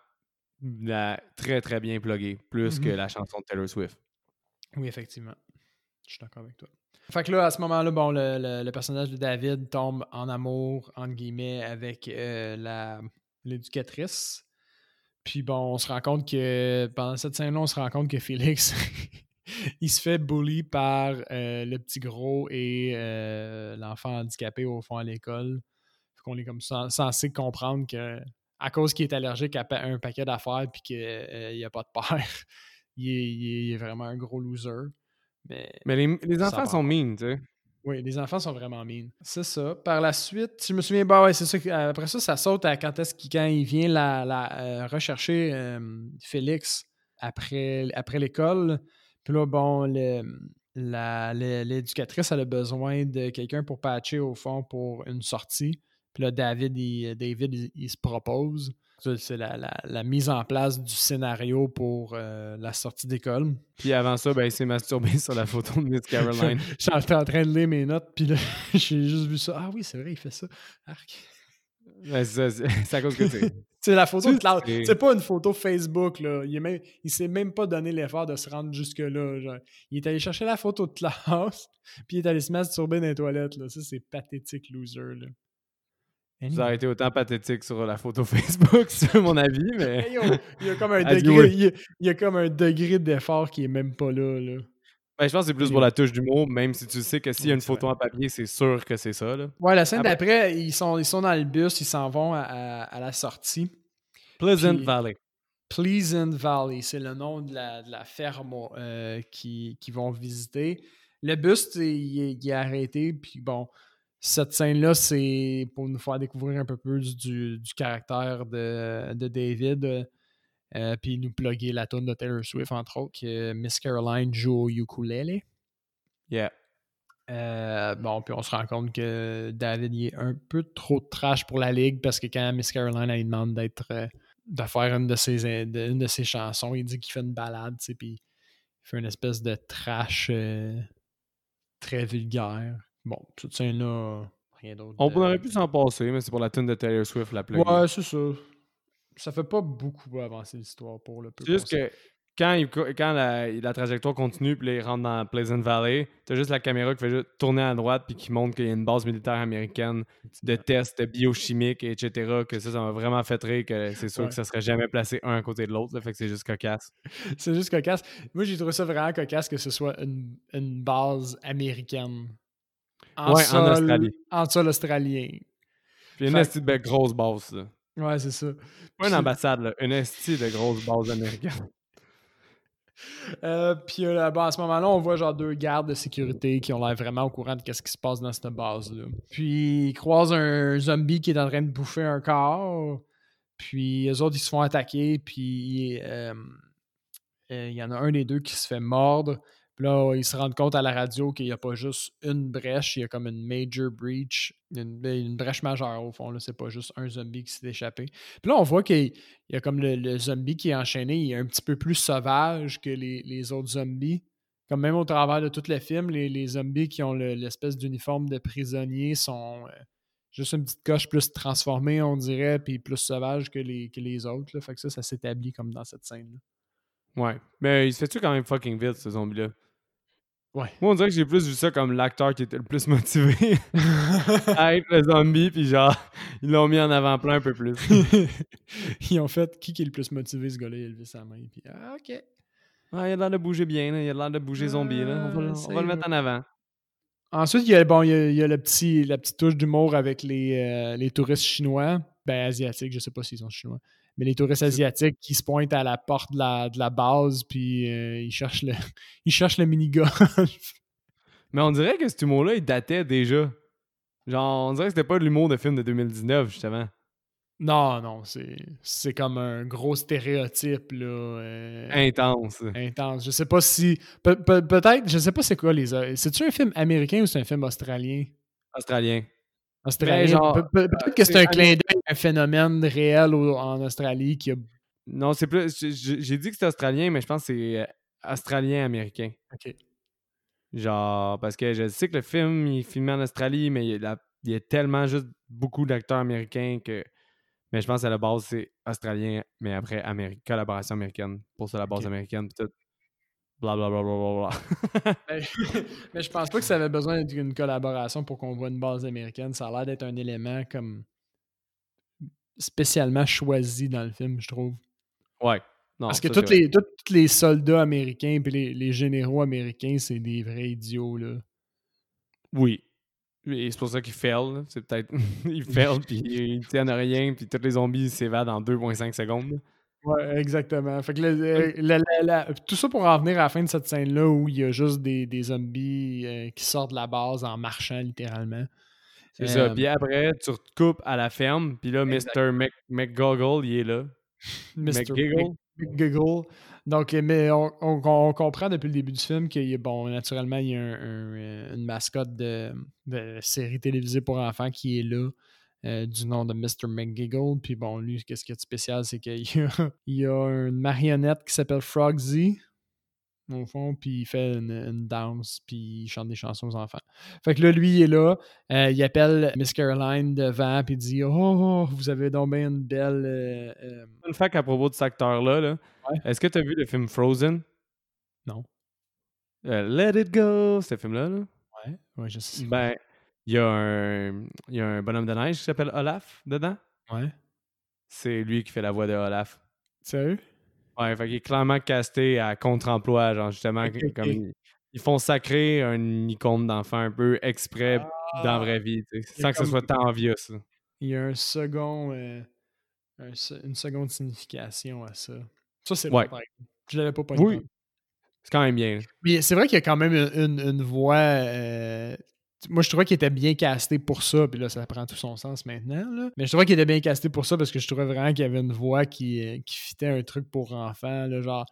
la- très très bien pluggée, plus que Mhm. la chanson de Taylor Swift. Oui, effectivement. Je suis d'accord avec toi. Fait que là, à ce moment-là, bon, le, le- le personnage de David tombe en amour, entre guillemets, avec euh, la, l'éducatrice. Puis bon, on se rend compte que pendant cette scène-là, on se rend compte que Félix, il se fait bully par euh, le petit gros et euh, l'enfant handicapé au fond à l'école. Fait qu'on est comme sen- censé comprendre que à cause qu'il est allergique à pa- un paquet d'affaires puis qu'il n'y a pas de père, il est, il est- il est vraiment un gros loser. Mais Mais les, les ça enfants va sont encore. mean, tu sais. Oui, les enfants sont vraiment mean. C'est ça. Par la suite, si je me souviens, bah ouais, c'est ça. que- Après ça, ça saute à quand est-ce qu'il quand il vient la, la, euh, rechercher euh, Félix après, après l'école. Puis là, bon, le, la, le- l'éducatrice, elle a besoin de quelqu'un pour patcher au fond pour une sortie. Puis là, David, il, David, il, il se propose. Ça, c'est la, la, la mise en place du scénario pour euh, la sortie d'école. Puis avant ça, ben, il s'est masturbé sur la photo de Miss Caroline. J'étais en train de lire mes notes, puis là, j'ai juste vu ça. Ah oui, c'est vrai, il fait ça. Arc. Ben, c'est ça, c'est c'est à cause que tu C'est la photo tu de Claude. sais. C'est pas une photo Facebook, là. Il, est même, il s'est même pas donné l'effort de se rendre jusque-là. Genre. Il est allé chercher la photo de classe, puis il est allé se masturber dans les toilettes. Là. Ça, c'est pathétique, loser. Là. Ça aurait Anyway. été autant pathétique sur la photo Facebook, c'est mon avis, mais. Hey, yo, il y a comme un As you degré, wish. il y a, il y a comme un degré d'effort qui est même pas là. là. Ben, je pense que c'est plus pour Anyway. la touche d'humour, même si tu sais que s'il y a Oui, une c'est vrai. photo en papier, c'est sûr que c'est ça. Là. Ouais, la scène Après, d'après, ils sont, ils sont dans le bus, ils s'en vont à, à, à la sortie. Pleasant Puis, Valley. Pleasant Valley, c'est le nom de la, de la ferme euh, qui, qui vont visiter. Le bus, il, est- il est arrêté, puis bon, cette scène-là, c'est pour nous faire découvrir un peu plus du, du caractère de, de David, euh, puis nous plugger la tune de Taylor Swift, entre autres, que Miss Caroline joue au ukulele. Yeah. Euh, bon, puis on se rend compte que David il est un peu trop trash pour la ligue parce que quand Miss Caroline elle lui demande d'être euh, de faire une de, ses, de, une de ses chansons, il dit qu'il fait une balade, tu sais, puis il fait une espèce de trash euh, très vulgaire. Bon, tout ça là, rien d'autre. On De... aurait pu s'en passer, mais c'est pour la tune de Taylor Swift la plugger. Ouais, c'est ça. Ça fait pas beaucoup avancer l'histoire pour le peu C'est juste qu'on sait. que quand, il, quand la, la trajectoire continue, puis là, il rentre dans Pleasant Valley, t'as juste la caméra qui fait juste tourner à droite, puis qui montre qu'il y a une base militaire américaine de tests biochimiques, et cetera. Que ça, ça m'a vraiment fait rire, que c'est sûr Ouais. que ça serait jamais placé un à côté de l'autre, là, fait que c'est juste cocasse. C'est juste cocasse. Moi, j'ai trouvé ça vraiment cocasse que ce soit une, une base américaine. En Ouais, en sol, Australie. en sol australien. Puis une Fait esti de belle grosse base, là. que- ouais, c'est ça. Pas une Puis- ambassade, là. Une esti de grosse base américaine. Euh, puis euh, bon, à ce moment-là, on voit genre deux gardes de sécurité qui ont l'air vraiment au courant de ce qui se passe dans cette base-là. Puis ils croisent un zombie qui est en train de bouffer un corps. Puis eux autres, ils se font attaquer. Puis euh, euh, il y en a un des deux qui se fait mordre. Puis là, ils se rendent compte à la radio qu'il n'y a pas juste une brèche, il y a comme une major breach, une, une brèche majeure au fond. Là, c'est pas juste un zombie qui s'est échappé. Puis là, on voit qu'il y a comme le, le zombie qui est enchaîné, il est un petit peu plus sauvage que les, les autres zombies. Comme même au travers de tout le film, les, les zombies qui ont le- l'espèce d'uniforme de prisonnier sont euh, juste une petite coche plus transformée, on dirait, puis plus sauvage que les, que les autres. Là. Fait que ça, ça s'établit comme dans cette scène-là. Ouais. Mais il se fait-tu quand même fucking vite, ce zombie-là? Ouais. Moi, on dirait que j'ai plus vu ça comme l'acteur qui était le plus motivé à être le zombie, puis genre, ils l'ont mis en avant-plan un peu plus. Ils ont fait qui, qui est le plus motivé, ce gars-là, il a levé sa main. Puis, ah, ok. Ah, il a l'air de bouger bien, là. Il a l'air de bouger zombie, là. On va, le- Ah, on c'est va le vrai. mettre en avant. Ensuite, il y a, bon, il y a, il y a le petit, la petite touche d'humour avec les, euh, les touristes chinois. Ben, asiatiques, je sais pas s'ils sont chinois. Mais les touristes C'est- asiatiques qui se pointent à la porte de la, de la base, puis euh, ils cherchent le, ils cherchent le mini-golf. Mais on dirait que cet humour-là, il datait déjà. Genre, on dirait que c'était pas de l'humour de film de deux mille dix-neuf, justement. Non, non, c'est, c'est comme un gros stéréotype, là. euh, Intense. intense. Je sais pas si. Pe- pe- peut-être, je sais pas c'est quoi les. euh, C'est-tu un film américain ou c'est un film australien? Australien. Ben, Australien. genre, Pe- pe- euh, peut-être que c'est c'est un clin d'œil à un phénomène réel au- en Australie qui a. non, c'est plus. J'ai j'ai dit que c'était australien, mais je pense que c'est euh, australien-américain. Ok. Genre, parce que je sais que le film, il est filmé en Australie, mais il y a, la- il y a tellement juste beaucoup d'acteurs américains que. Mais je pense qu'à la base, c'est australien, mais après, Amérique, collaboration américaine. Pour ça, la base Ok. américaine, pis tout. Blablabla. Mais, mais je pense pas que ça avait besoin d'une collaboration pour qu'on voit une base américaine. Ça a l'air d'être un élément comme spécialement choisi dans le film, je trouve. Ouais. Non, Parce que ça, c'est tous vrai. les, tous les soldats américains et les, les généraux américains, c'est des vrais idiots, là. Oui. Et c'est pour ça qu'il fail. là. C'est peut-être. il fail, puis il tiennent à rien, puis tous les zombies s'évadent en deux virgule cinq secondes. là. Ouais, exactement. Fait que le- le- la- la- la- tout ça pour en venir à la fin de cette scène-là où il y a juste des, des zombies euh, qui sortent de la base en marchant littéralement. C'est ça. Euh, Puis après, tu recoupes à la ferme, puis là, exact. mister Mc... McGoggle, il est là. mister McGiggle. McGiggle. Donc, euh, mais on, on- on comprend depuis le début du film qu'il y a, bon, naturellement, il y a un- un, euh, une mascotte de, de série télévisée pour enfants qui est là. euh, du nom de mister McGiggle. Puis bon, lui, qu'est-ce qu'il y a de spécial, c'est qu'il y a, il y a une marionnette qui s'appelle Frogsy, au fond, puis il fait une, une danse, puis il chante des chansons aux enfants. Fait que là, lui, il est là, euh, il appelle Miss Caroline devant, puis il dit « Oh, vous avez donc bien une belle... euh, euh, Fun fact à propos de cet acteur-là, là. Ouais. Est-ce que tu as vu le film Frozen? Non. Euh, Let It Go, ce film-là. Là. Ouais, ouais, je sais. Ben, il y, a un... il y a un bonhomme de neige qui s'appelle Olaf dedans. Ouais. C'est lui qui fait la voix de Olaf. Sérieux? Ouais, fait qu'il est clairement casté à contre-emploi, genre justement, Ok, ok. comme ils, ils font sacrer un icône d'enfant un peu exprès dans la Ah, vraie vie, tu sais, il y a sans que ce comme- soit tant obvious. là. il y a un second, euh, un se- une seconde signification à ça. Ça, c'est Ouais. bon, par exemple. Je l'avais pas pogné. Oui, c'est quand même bien. là. Mais c'est vrai qu'il y a quand même une, une- une voix. euh, Moi, je trouvais qu'il était bien casté pour ça, puis là, ça prend tout son sens maintenant. Là. Mais je trouvais qu'il était bien casté pour ça parce que je trouvais vraiment qu'il y avait une voix qui, euh, qui fitait un truc pour enfants, là, genre.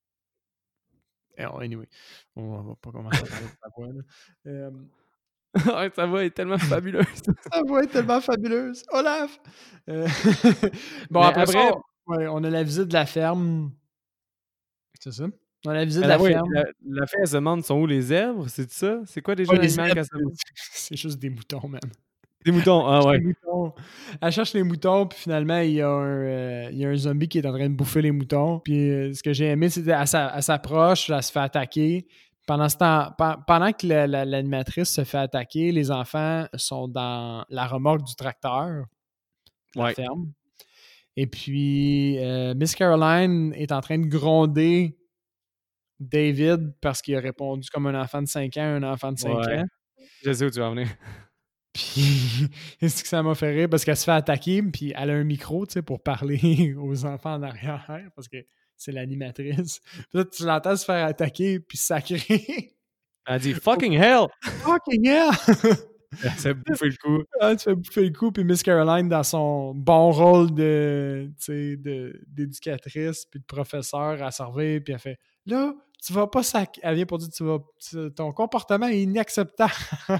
Eh, oh, Anyway, on va pas commencer à parler de sa voix. Là. Euh, Ouais, sa voix est tellement fabuleuse. Sa voix est tellement fabuleuse. Olaf! Euh, bon, Mais après, ça, après- on, ouais, on a la visite de la ferme. C'est ça? On a la visite Mais de la la, ouais, ferme. la, la fille, elle se demande sont où les zèbres, c'est ça? C'est quoi déjà Ouais, les l'animal zèbres, qu'elle se demande? c'est juste des moutons, man. Des moutons, ah Elle cherche ouais. les moutons. Elle cherche les moutons, puis finalement, il y, a un, euh, il y a un zombie qui est en train de bouffer les moutons. Puis euh, ce que j'ai aimé, c'était qu'elle s'a- elle s'approche, elle se fait attaquer. Pendant ce temps, pe- pendant que la- la- l'animatrice se fait attaquer, les enfants sont dans la remorque du tracteur, la Ouais. ferme. Et puis, euh, Miss Caroline est en train de gronder David parce qu'il a répondu comme un enfant de cinq ans à un enfant de cinq Ouais. ans. Je sais où tu vas en venir. Puis, c'est que ça m'a fait rire parce qu'elle se fait attaquer, puis elle a un micro, tu sais, pour parler aux enfants en arrière, parce que c'est l'animatrice. Puis là, tu l'entends se faire attaquer, puis sacrer. Elle dit « fucking hell ». Fucking hell! Elle s'est bouffé le coup. Ah, tu fais bouffer le coup, puis Miss Caroline, dans son bon rôle de, de, d'éducatrice, puis de professeur, à servir, puis elle fait « Là, tu vas pas sac... » Elle vient pour dire tu vas... « Ton comportement est inacceptable. »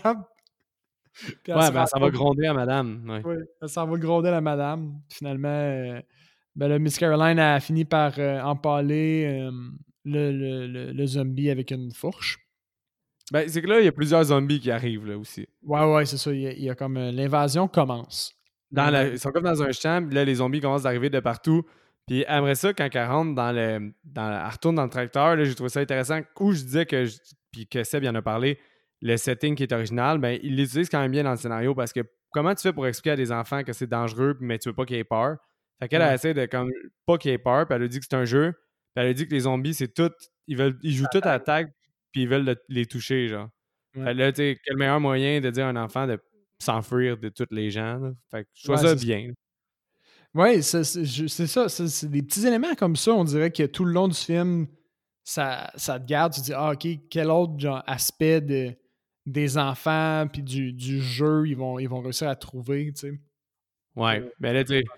Puis ouais, ben, ça va gronder à madame. Ouais. Oui, elle s'en va gronder à la madame. Finalement, euh, ben, là, Miss Caroline a fini par euh, empaler euh, le, le, le, le zombie avec une fourche. Ben, c'est que là, il y a plusieurs zombies qui arrivent là aussi. Ouais, ouais, c'est ça. Il y a, il y a comme... Euh, l'invasion commence. Dans la, ils sont comme dans un champ, puis là, les zombies commencent d'arriver de partout. Puis après ça, quand elle rentre dans le... Dans, elle retourne dans le tracteur, là, j'ai trouvé ça intéressant. Où je disais que... Je, puis que Seb y en a parlé, le setting qui est original, ben, il l'utilise quand même bien dans le scénario parce que comment tu fais pour expliquer à des enfants que c'est dangereux, mais tu veux pas qu'ils aient peur? Fait qu'elle, ouais. elle essaie de comme pas qu'ils aient peur, puis elle a dit que c'est un jeu, puis elle a dit que les zombies, c'est tout... Ils, veulent, ils jouent tout à la tag, puis ils veulent le, les toucher, genre. Ouais. Fait là, tu sais, quel meilleur moyen de dire à un enfant de s'enfuir de tous les gens. Là. Fait que je trouve ouais, ça bien. Oui, c'est, c'est, c'est ça. C'est, c'est des petits éléments comme ça, on dirait que tout le long du film, ça, ça te garde. Tu te dis, ah, OK, quel autre genre, aspect de, des enfants puis du, du jeu ils vont, ils vont réussir à trouver, tu sais. Ouais, mais là, tu sais,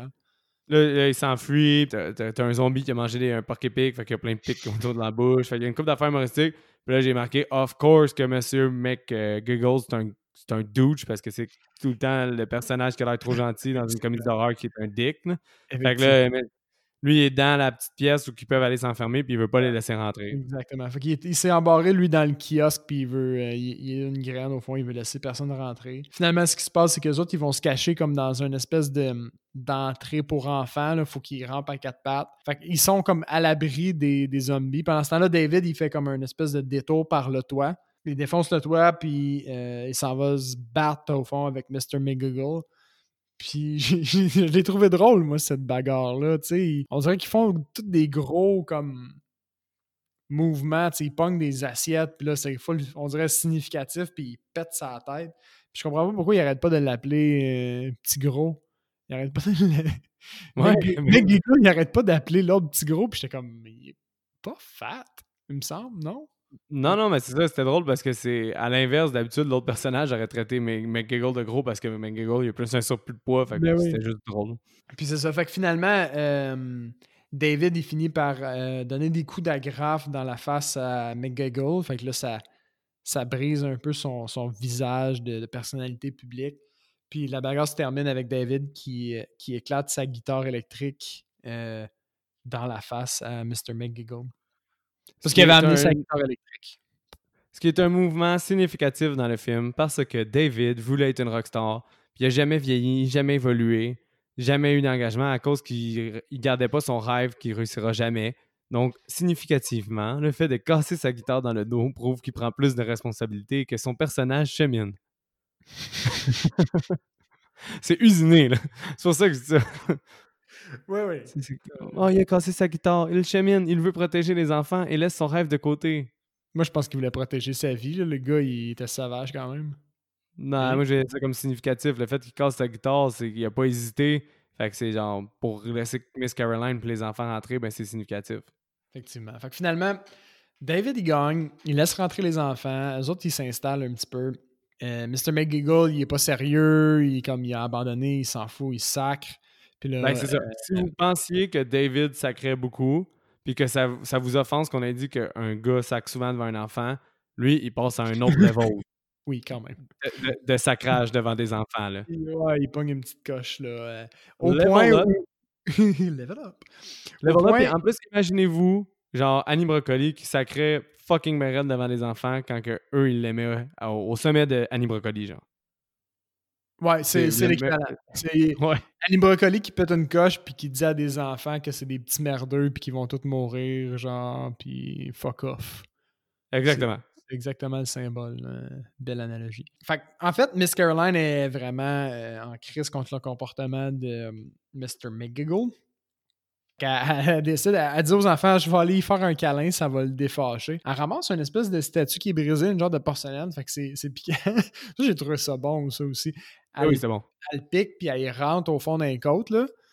là, là, il s'enfuit, t'as, t'as, t'as un zombie qui a mangé des, un porc épic, fait qu'il y a plein de pics autour de la bouche. Fait qu'il y a une couple d'affaires humoristiques. Puis là, j'ai marqué, of course, que Monsieur McGiggles, c'est un c'est un douche parce que c'est tout le temps le personnage qui a l'air trop gentil dans une comédie d'horreur qui est un dick. Là. Fait que là, lui, il est dans la petite pièce où ils peuvent aller s'enfermer puis il veut pas les laisser rentrer. Exactement. Fait qu'il est, il s'est embarré, lui, dans le kiosque puis il veut... Euh, il, il a une graine, au fond, il veut laisser personne rentrer. Finalement, ce qui se passe, c'est qu'eux autres, ils vont se cacher comme dans une espèce de, d'entrée pour enfants. Il faut qu'ils rampent à quatre pattes. Fait qu'ils sont comme à l'abri des, des zombies. Pendant ce temps-là, David, il fait comme un espèce de détour par le toit. Il défonce le toit, puis euh, il s'en va se battre, au fond, avec mister McGiggle. Puis je l'ai trouvé drôle, moi, cette bagarre-là. T'sais. On dirait qu'ils font tous des gros, comme, mouvements. T'sais. Ils pognent des assiettes, puis là, c'est full, on dirait significatif, puis ils pètent sa tête. Puis je comprends pas pourquoi ils arrêtent pas de l'appeler euh, Petit Gros. Ils arrêtent pas de l'appeler... Ouais, McGiggle, il arrête pas d'appeler l'autre Petit Gros, puis j'étais comme, il est pas fat, il me semble, non? Non, non, mais c'est ça, c'était drôle parce que c'est à l'inverse, d'habitude, l'autre personnage aurait traité McGiggle de gros parce que McGiggle, il a plus un surplus de poids, fait que ben c'était oui. juste drôle. Puis c'est ça, fait que finalement, euh, David, il finit par euh, donner des coups d'agrafe dans la face à McGiggle, fait que là, ça, ça brise un peu son, son visage de, de personnalité publique. Puis la bagarre se termine avec David qui, qui éclate sa guitare électrique euh, dans la face à mister McGiggle. Parce qu'il avait amené un... sa guitare électrique. Ce qui est un mouvement significatif dans le film parce que David voulait être une rockstar, puis il n'a jamais vieilli, jamais évolué, jamais eu d'engagement à cause qu'il ne gardait pas son rêve qu'il ne réussira jamais. Donc, significativement, le fait de casser sa guitare dans le dos prouve qu'il prend plus de responsabilités et que son personnage chemine. C'est usiné, là. C'est pour ça que je dis ça. Oui, oui. C'est, c'est... Oh, il a cassé sa guitare, il chemine, il veut protéger les enfants et laisse son rêve de côté. Moi, je pense qu'il voulait protéger sa vie. Là. Le gars, il était sauvage quand même. Non, et... moi, j'ai ça comme significatif. Le fait qu'il casse sa guitare, c'est qu'il a pas hésité. Fait que c'est genre, pour laisser Miss Caroline et les enfants rentrer, ben c'est significatif. Effectivement. Fait que finalement, David, il gagne, il laisse rentrer les enfants. Eux autres, ils s'installent un petit peu. Euh, mister McGiggle, il est pas sérieux. Il, comme, il a abandonné, il s'en fout, il sacre. Puis là, ben, c'est ça. Euh, si vous pensiez que David sacrait beaucoup, puis que ça, ça vous offense qu'on ait dit qu'un gars sacre souvent devant un enfant, lui, il passe à un autre level. Oui, quand même. De, de, de sacrage devant des enfants, là. Ouais, il pogne une petite coche, là. Euh, au level point up. Où... level up. Level point... up. Et en plus, imaginez-vous, genre, Annie Brocoli qui sacrait fucking Barrett devant les enfants quand que eux ils l'aimaient au, au sommet de Annie Brocoli, genre. Ouais, c'est, c'est, c'est l'équivalent. C'est ouais. Annie Brocoli qui pète une coche puis qui dit à des enfants que c'est des petits merdeux puis qu'ils vont tous mourir, genre, puis fuck off. Exactement. C'est, c'est exactement le symbole. Euh, belle analogie. Fait en fait, Miss Caroline est vraiment euh, en crise contre le comportement de euh, mister McGiggle. Elle, elle décide, elle, elle dit aux enfants, je vais aller y faire un câlin, ça va le défâcher. Elle ramasse une espèce de statue qui est brisée, une genre de porcelaine, fait que c'est, c'est piquant. Ça, j'ai trouvé ça bon, ça aussi. Elle, oui, c'est bon. Elle pique, puis elle rentre au fond d'un côte, là.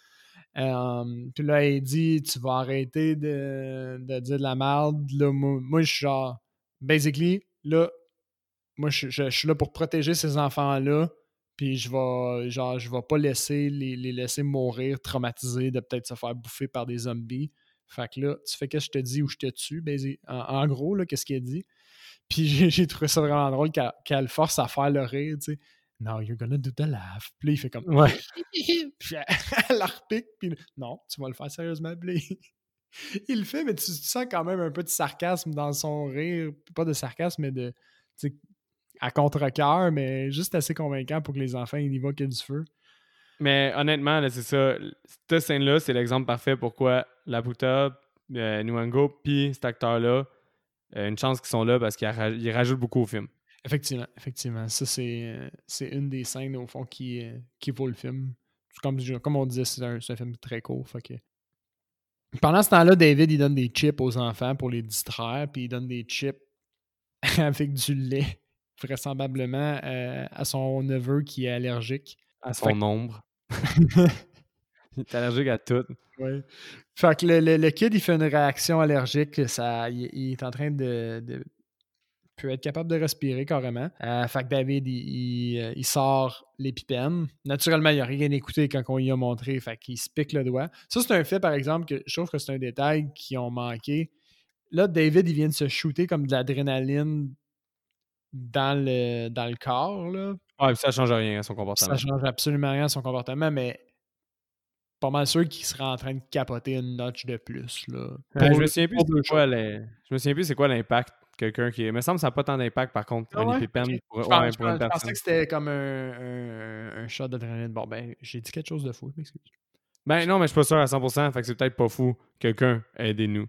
Euh, puis là, il dit, tu vas arrêter de, de dire de la merde. Là, moi, moi je suis genre, basically, là, moi, je, je, je suis là pour protéger ces enfants-là. Puis je vais, genre, je vais pas laisser les, les laisser mourir traumatisés de peut-être se faire bouffer par des zombies. Fait que là, tu fais que je te dis ou je te tue. Basi- En, en gros, là, qu'est-ce qu'il a dit? Puis j'ai, j'ai trouvé ça vraiment drôle qu'elle, qu'elle force à faire le rire, tu sais. No, you're gonna do the laugh. Puis là, il fait comme. Ouais. Puis elle, elle la repique. Puis non, tu vas le faire sérieusement. Puis là, il, il le fait, mais tu, tu sens quand même un peu de sarcasme dans son rire. Pas de sarcasme, mais de. Tu sais, à contre-cœur, mais juste assez convaincant pour que les enfants ils y voient qu'il y a du feu. Mais honnêtement, là, c'est ça. Cette scène-là, c'est l'exemple parfait pourquoi Laputa, euh, Nwangwu, puis cet acteur-là, euh, une chance qu'ils sont là parce qu'ils ra- ils rajoutent beaucoup au film. Effectivement, effectivement. Ça, c'est, euh, c'est une des scènes, au fond, qui, euh, qui vaut le film. Comme, je- comme on disait, c'est un, c'est un film très court. Fait que... Pendant ce temps-là, David, il donne des chips aux enfants pour les distraire, puis il donne des chips avec du lait, vraisemblablement, euh, à son neveu qui est allergique. À Fait son ombre. Il est allergique à tout. Ouais. Fait que le, le, le kid, il fait une réaction allergique. Ça, il, il est en train de, de peut être capable de respirer carrément. Euh, fait que David, il, il, euh, il sort l'épipène. Naturellement, il n'a rien écouté quand on lui a montré. Fait qu'il se pique le doigt. Ça, c'est un fait, par exemple, que je trouve que c'est un détail qui ont manqué. Là, David, il vient de se shooter comme de l'adrénaline dans le, dans le corps. Là. Ouais, puis ça change rien à son Ça comportement. change absolument rien à son comportement, mais pas mal sûr qu'il serait en train de capoter une notch de plus. Là, Euh, pour, je me souviens plus pour c'est deux quoi choses. les- je me souviens plus c'est quoi l'impact quelqu'un qui. Il me semble que ça n'a pas tant d'impact par contre, Ah un ouais? Ok. épipène pour, Je, pens- ouais, je pour pens- une je pensais personne. que c'était comme un, un, un shot d'adrénaline. Bon, ben, j'ai dit quelque chose de fou, je m'excuse. Ben non, mais je suis pas sûr à cent pour cent, fait que c'est peut-être pas fou. Quelqu'un, aidez-nous.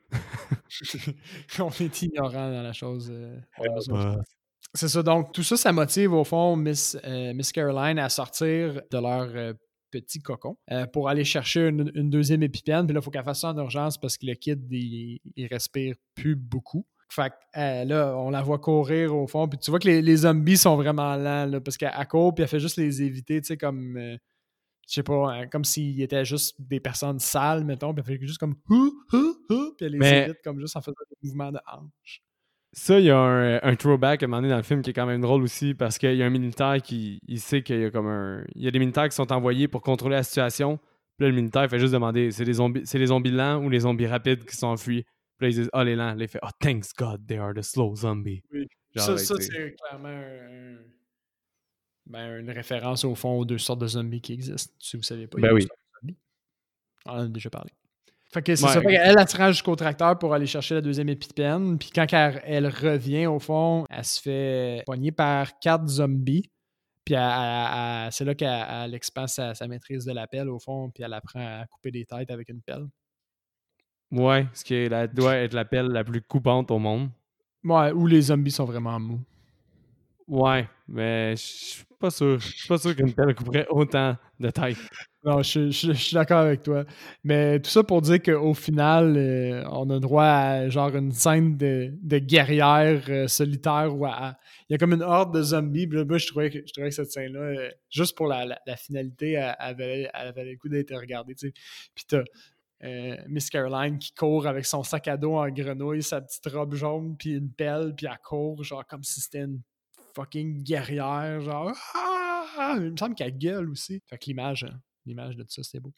On est ignorant dans la chose. euh, de Ah, Mission bah. Impossible. C'est ça. Donc, tout ça, ça motive au fond Miss, euh, Miss Caroline à sortir de leur euh, petit cocon euh, pour aller chercher une, une deuxième épipène. Puis là, il faut qu'elle fasse ça en urgence parce que le kid, il, il respire plus beaucoup. Fait que euh, là, on la voit courir au fond. Puis tu vois que les, les zombies sont vraiment lents là, parce qu'elle elle court puis elle fait juste les éviter, tu sais, comme. Euh, je sais pas, hein, comme s'ils étaient juste des personnes sales, mettons, puis elle fait juste comme hou, hou, hou, puis elle les Mais évite comme juste en faisant des mouvements de hanche. ça, il y a un, un throwback à un moment donné dans le film qui est quand même drôle aussi parce qu'il y a un militaire qui il sait qu'il y a comme un. Il y a des militaires qui sont envoyés pour contrôler la situation. Puis là, le militaire fait juste demander c'est les zombies, c'est les zombies lents ou les zombies rapides qui sont enfuis. Puis là, ils disent ah, les lents. Là, il fait oh, thanks God, they are the slow zombies. Oui. Genre, Ça, ben, ça tu sais. c'est clairement un- un- ben, une référence au fond aux deux sortes de zombies qui existent. Si vous ne savez pas, il y a Ben deux oui. sortes de zombies. On en a déjà parlé. Fait que c'est Ouais, ça. Fait qu'elle, elle se rend jusqu'au tracteur pour aller chercher la deuxième épipène. Puis quand elle, elle revient, au fond, elle se fait poigner par quatre zombies. Puis elle- elle- elle- c'est là qu'elle elle expand sa, sa maîtrise de la pelle, au fond. Puis elle apprend à couper des têtes avec une pelle. ouais, ce qui est la, doit être la pelle la plus coupante au monde. Ouais, où les zombies sont vraiment mous. Ouais, mais je suis pas sûr. Je suis pas sûr qu'une pelle couperait autant de têtes. Non, je, je- je suis d'accord avec toi. Mais tout ça pour dire qu'au final, euh, on a droit à genre une scène de, de guerrière euh, solitaire où elle- il y a comme une horde de zombies. Puis là, moi, je trouvais que, je trouvais que cette scène-là, euh, juste pour la, la- la finalité, elle, elle valait, elle valait le coup d'être regardée. Tu sais. Puis t'as euh, Miss Caroline qui court avec son sac à dos en grenouille, sa petite robe jaune, puis une pelle, puis elle court genre comme si c'était une fucking guerrière. Genre, ah! Il me semble qu'elle gueule aussi. Fait que l'image, hein, l'image de tout ça, c'était beau.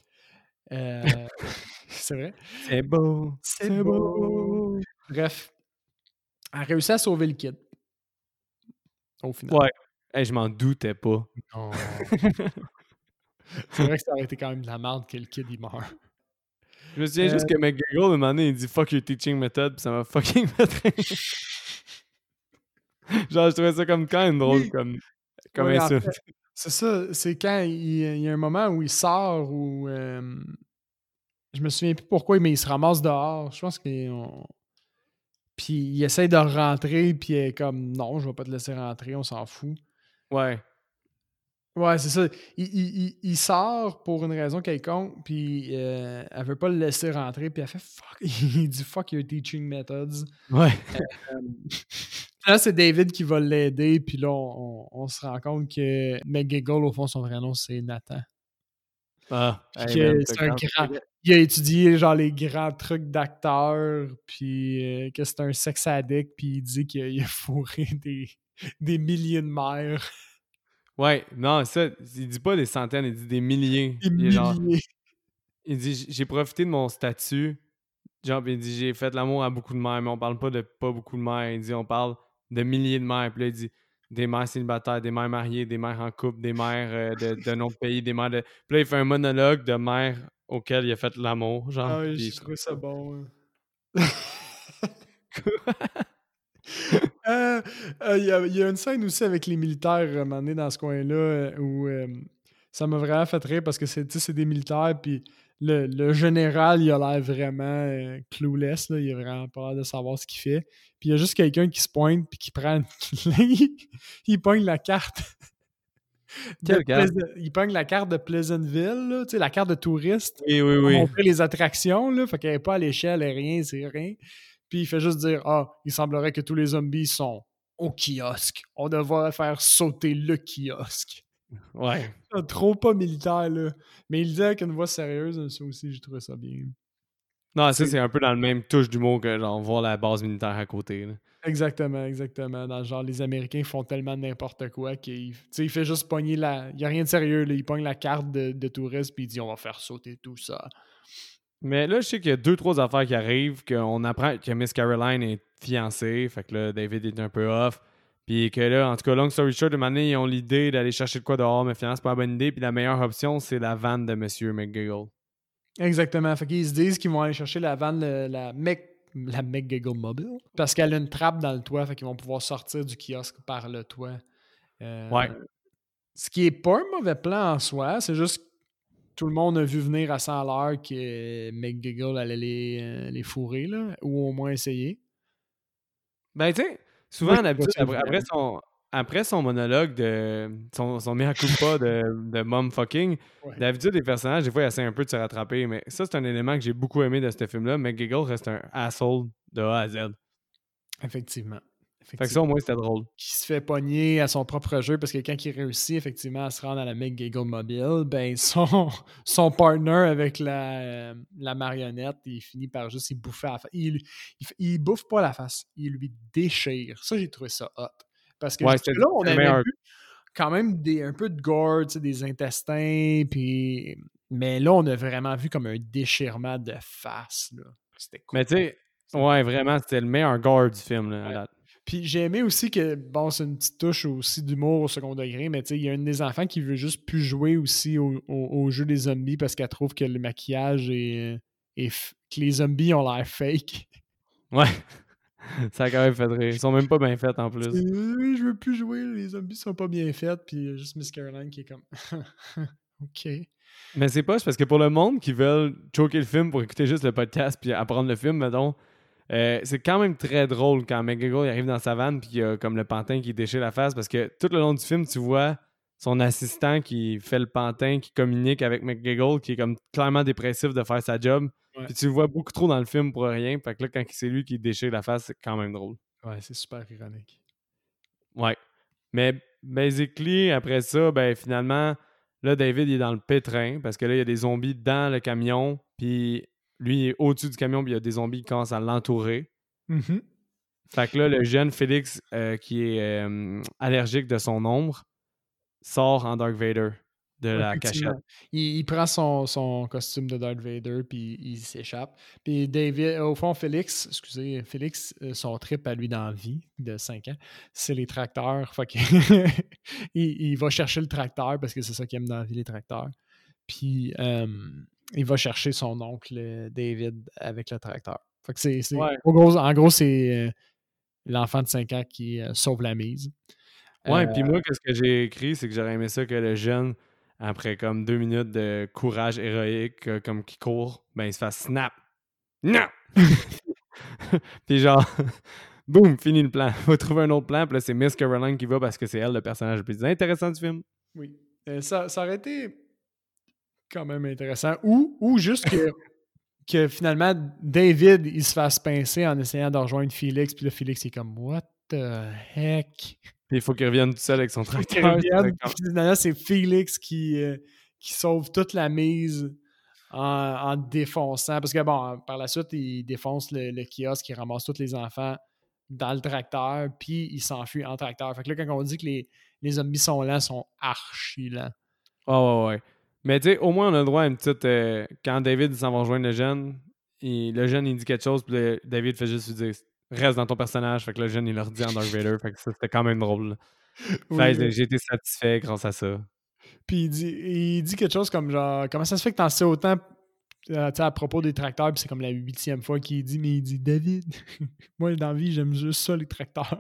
Euh, c'est vrai. C'est beau, C'est c'est beau. beau. Bref, elle réussit à sauver le kid. Au final. Ouais. Hey, je m'en doutais pas. Non. C'est vrai que ça aurait été quand même de la merde que le kid il meurt. Je me souviens Euh, juste que McGregor, un moment donné, il dit fuck your teaching method, pis ça m'a fucking fait rire. Genre, je trouvais ça comme quand même drôle, Oui. comme, comme Ouais, en insulte. fait, c'est ça. C'est quand il, il y a un moment où il sort où. euh, je me souviens plus pourquoi, mais il se ramasse dehors. Je pense qu'il. on- Puis il essaie de rentrer, puis elle est comme non, je vais pas te laisser rentrer, on s'en fout. Ouais. Ouais, c'est ça. Il, il- il- il sort pour une raison quelconque, puis euh, elle veut pas le laisser rentrer, puis elle fait fuck. Il dit fuck your teaching methods. Ouais. Euh, là, c'est David qui va l'aider, puis là, on, on- on se rend compte que McGiggle, au fond, son vrai nom, c'est Nathan. Ah, Puis hey que man, t'as c'est un quand- grand. Il a étudié genre les grands trucs d'acteurs, puis euh, que c'est un sex addict, puis il dit qu'il a, il a fourré des, des milliers de mères. Ouais, non, ça, il dit pas des centaines, il dit des milliers. Des Il est genre, milliers. il dit, j'ai profité de mon statut. Genre, il dit, j'ai fait l'amour à beaucoup de mères, mais on parle pas de pas beaucoup de mères. Il dit, on parle de milliers de mères. Puis là, il dit, des mères célibataires, des mères mariées, des mères en couple, des mères euh, de, d'un autre pays, des mères de... Puis là, il fait un monologue de mères auxquelles il a fait l'amour, genre. Ah oui, Puis j'ai je trouve trouvé ça ça... bon. hein. Euh, euh, Il y, a- il y a une scène aussi avec les militaires euh, un moment donné dans ce coin-là euh, où euh, ça m'a vraiment fait rire parce que c'est, tu sais, c'est des militaires, puis le, le général, il a l'air vraiment euh, clueless, là, il a vraiment pas l'air de savoir ce qu'il fait. Puis il y a juste quelqu'un qui se pointe puis qui prend une clé, il pogne la carte de Quelle carte? Pleasant- il pogne la carte de Pleasantville, là, tu sais, la carte de touriste Oui, oui, pour oui. montrer les attractions, là, fait qu'elle n'est pas à l'échelle, elle est rien, c'est rien. Puis il fait juste dire ah, il semblerait que tous les zombies sont au kiosque. On devrait faire sauter le kiosque. Ouais. Trop pas militaire, là. Mais il le dit avec une voix sérieuse, ça aussi, j'ai trouvé ça bien. Non, ça, C'est c'est un peu dans le même touche d'humour que, genre, voir la base militaire à côté, là. exactement, exactement. Dans le genre, les Américains font tellement n'importe quoi qu'il tu sais, il fait juste pogner la. Il n'y a rien de sérieux, là. Il pogne la carte de, de touriste puis il dit on va faire sauter tout ça. Mais là, je sais qu'il y a deux, trois affaires qui arrivent, qu'on apprend que Miss Caroline est fiancée, fait que là, David est un peu off. Puis que là, en tout cas, long story short, de manière, ils ont l'idée d'aller chercher de quoi dehors, mais finalement, c'est pas la bonne idée. Puis la meilleure option, c'est la vanne de Monsieur McGiggle. Exactement. Fait qu'ils se disent qu'ils vont aller chercher la vanne, le- la Mec. La McGiggle Mobile. Parce qu'elle a une trappe dans le toit, fait qu'ils vont pouvoir sortir du kiosque par le toit. Euh, Ouais. Ce qui est pas un mauvais plan en soi, c'est juste que tout le monde a vu venir à cent à l'heure que McGiggle allait les, euh, les fourrer, là, ou au moins essayer. Ben, tu sais, Moi, souvent, je trouve d'habitude, ça après, après évident. son, après son monologue de son, son mea culpa de, de mom fucking, Ouais, d'habitude, les personnages, des fois, ils essaient un peu de se rattraper. Mais ça, c'est un élément que j'ai beaucoup aimé de ce film-là. McGiggle reste un asshole de A à Z. effectivement. Fait que ça, Effectivement. au moins, c'était drôle. Qui se fait pogner à son propre jeu parce que quand il réussit effectivement à se rendre à la McGiggle Mobile, ben son, son partner avec la, euh, la marionnette, il finit par juste y bouffer la face. Il, il, il bouffe pas la face, il lui déchire. Ça, j'ai trouvé ça hot. Parce que Ouais, c'était jusque-là, on c'était le avait meilleur. vu quand même des, un peu de gore, tu sais, des intestins, puis... mais là, on a vraiment vu comme un déchirement de face. Là. C'était cool. Mais tu sais, C'était ouais, vraiment, c'était le meilleur gore du film, là, à Ouais. date. Puis j'ai aimé aussi que, bon, c'est une petite touche aussi d'humour au second degré, mais tu sais, il y a un des enfants qui veut juste plus jouer aussi au, au- au jeu des zombies parce qu'elle trouve que le maquillage est, est f- que les zombies ont l'air fake. Ouais. Ça a quand même fait rire. Ils sont même pas bien faits en C'est, plus. oui, je veux plus jouer, les zombies sont pas bien faits, puis il y a juste Miss Caroline qui est comme, ok. Mais c'est pas, c'est parce que pour le monde qui veulent choquer le film pour écouter juste le podcast puis apprendre le film, mettons, euh, c'est quand même très drôle quand McGregor il arrive dans sa vanne puis il y a comme le pantin qui déchire la face parce que tout le long du film, tu vois son assistant qui fait le pantin, qui communique avec McGregor, qui est comme clairement dépressif de faire sa job. Ouais, Puis tu le vois beaucoup trop dans le film pour rien. Fait que là, quand c'est lui qui déchire la face, c'est quand même drôle. ouais, c'est super ironique. Ouais. Mais basically, après ça, ben finalement, là, David il est dans le pétrin parce que là, il y a des zombies dans le camion. Puis lui, il est au-dessus du camion, puis il y a des zombies qui commencent à l'entourer. Mhm. Fait que là, le jeune Félix, euh, qui est euh, allergique de son ombre, sort en Dark Vader de Ouais, la cachette. effectivement. Il, il prend son, son costume de Darth Vader puis il s'échappe. Puis David, au fond, Félix, excusez, Félix, euh, son trip à lui dans la vie de cinq ans, c'est les tracteurs. Fait que il, il va chercher le tracteur parce que c'est ça qu'il aime dans la vie, les tracteurs. Puis euh, il va chercher son oncle euh, David avec le tracteur. Fait que c'est, c'est- Ouais. en gros, en gros, c'est euh, l'enfant de cinq ans qui euh, sauve la mise. Ouais, Euh, puis moi, qu'est-ce que j'ai écrit, c'est que j'aurais aimé ça que le jeune, après comme deux minutes de courage héroïque, euh, comme qui court, ben il se fasse snap. Non! Puis genre, boum, fini le plan. On va trouver un autre plan, puis là, c'est Miss Caroline qui va parce que c'est elle le personnage le plus intéressant du film. oui. Euh, ça, ça aurait été quand même intéressant. Ou, ou juste que, que finalement, David, il se fasse pincer en essayant de rejoindre Félix, puis là, Félix, il est comme, what the heck? Puis il faut qu'il revienne tout seul avec son Faut qu'il tracteur. revienne, C'est comme- puis finalement, c'est Félix qui, euh, qui sauve toute la mise en, en défonçant. Parce que, bon, par la suite, il défonce le, le kiosque, il ramasse tous les enfants dans le tracteur, puis il s'enfuit en tracteur. Fait que là, quand on dit que les, les zombies sont lents, ils sont archi lents. Oh, ouais, ouais. Mais tu sais, au moins, on a le droit à une petite. Euh, quand David il s'en va rejoindre le jeune, il- le jeune, il dit quelque chose, puis le- David fait juste lui dire reste dans ton personnage. Fait que le jeune, il leur dit en Dark Vader. Fait que ça, c'était quand même drôle. Là. Oui, Fait que oui. j'ai été satisfait grâce à ça. Puis il dit, il dit quelque chose comme genre, comment ça se fait que t'en sais autant euh, tu sais, à propos des tracteurs, puis c'est comme la huitième fois qu'il dit, mais il dit, David, moi dans la vie, j'aime juste ça, les tracteurs.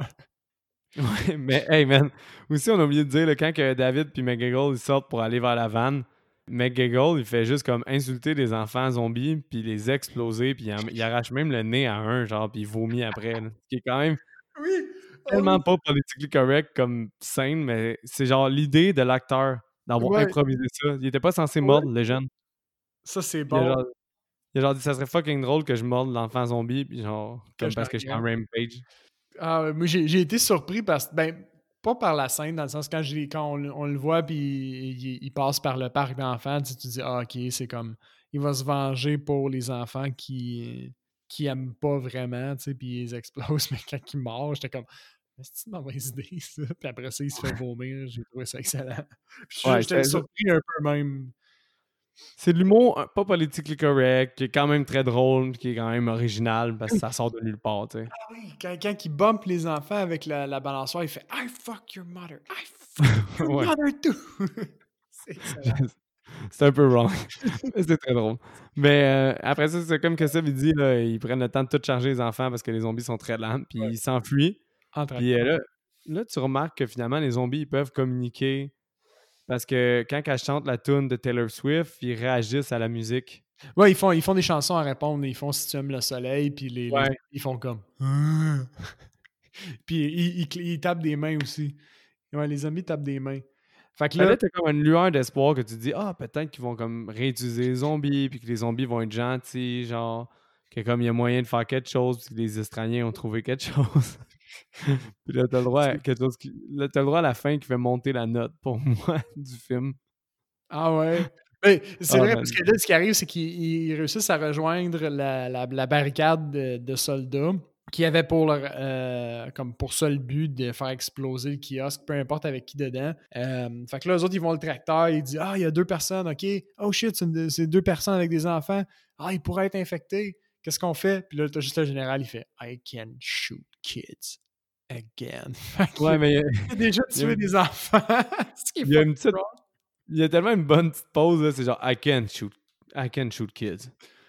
Ouais, mais hey, man. Aussi, on a oublié de dire, là, quand que David puis McGiggle ils sortent pour aller vers la vanne, McGiggle, il fait juste comme insulter des enfants zombies, puis les exploser, puis il, en- il arrache même le nez à un, genre, puis il vomit après. Là. Ce qui est quand même Oui, oh tellement oui. pas politically correct comme scène, mais c'est genre l'idée de l'acteur d'avoir Ouais, improvisé ça. Il était pas censé ouais. mordre le jeune. Ça, c'est Il a bon genre, il a genre dit ça serait fucking drôle que je morde l'enfant zombie, puis genre, que comme je te parce que j'étais en regarde. rampage. Ah, ouais, moi, j'ai j'ai été surpris parce que, ben, pas par la scène, dans le sens quand, j'ai- quand on, le- on le voit, puis il, il passe par le parc d'enfants, tu, sais, tu dis, ah, ok, c'est comme, il va se venger pour les enfants qui qui aiment pas vraiment, tu sais, puis ils explosent, mais quand il mord, j'étais comme, mais c'est une mauvaise idée, ça. Puis après ça, il se fait vomir, j'ai trouvé ça excellent. Puis Ouais, j'étais c'était ça. surpris un peu même. C'est de l'humour euh, pas politically correct, qui est quand même très drôle, qui est quand même original parce que ça sort de nulle part, tu sais. Ah oui, quand, quand il bump les enfants avec la, la balançoire, il fait I fuck your mother, I fuck your Ouais, mother too. C'est excellent. c'est un peu wrong, mais c'est très drôle. Mais euh, après ça, c'est comme que ça il dit, là, ils prennent le temps de tout charger les enfants parce que les zombies sont très lents, puis Ouais, ils s'enfuient. en Puis euh, tracteur. là, là, tu remarques que finalement, les zombies, ils peuvent communiquer parce que quand elle chante la tune de Taylor Swift, ils réagissent à la musique. Ouais, ils font, ils font des chansons à répondre. Ils font Si tu aimes le soleil, puis les, les Ouais. ils font comme. Ah. Puis ils, ils, ils tapent des mains aussi. Ouais, les zombies tapent des mains. Fait que Ben là, là, t'as comme une lueur d'espoir que tu te dis, ah, peut-être qu'ils vont comme réutiliser les zombies, puis que les zombies vont être gentils, genre, que comme il y a moyen de faire quelque chose, puis que les Australiens ont trouvé quelque chose. Puis là, t'as le droit à c'est- quelque chose qui... Là, t'as le droit à la fin qui fait monter la note pour moi du film. ah ouais. Ben, c'est Ah, vrai, parce man. que là, ce qui arrive, c'est qu'ils ils réussissent à rejoindre la, la, la barricade de, de soldats qui avaient pour leur, euh, comme pour seul but de faire exploser le kiosque, peu importe avec qui dedans. Euh, fait que là, eux autres, ils vont le tracteur, ils disent Ah, il y a deux personnes, OK. Oh shit, c'est, une- c'est deux personnes avec des enfants. Ah, ils pourraient être infectés. Qu'est-ce qu'on fait? Puis là, t'as juste le général, il fait I can shoot kids again. Fait qu'il Ouais, mais il y a, a déjà il y a- tué des enfants. Ce qui est il y a fucking une petite... wrong. Il y a tellement une bonne petite pause, là, c'est genre, I can shoot... I can shoot kids.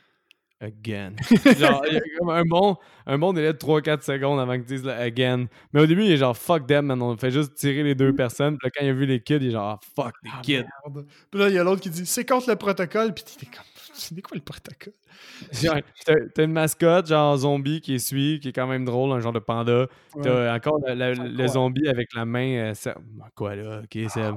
Again. Genre, il y a comme un bon, un bon délai de trois quatre secondes avant qu'ils disent le again. Mais au début, il est genre fuck them, man. On fait juste tirer les deux personnes. Puis là, quand il a vu les kids, il est genre ah, fuck les Ah kids. merde. Puis là, il y a l'autre qui dit c'est contre le protocole. Puis t'es comme c'est quoi le protocole? Genre, t'as, t'as une mascotte, genre zombie qui suit, qui est quand même drôle, un genre de panda. Ouais. T'as encore le, le- Enfin, le quoi? zombie avec la main. Euh, Seb- quoi là? Ok, Seb.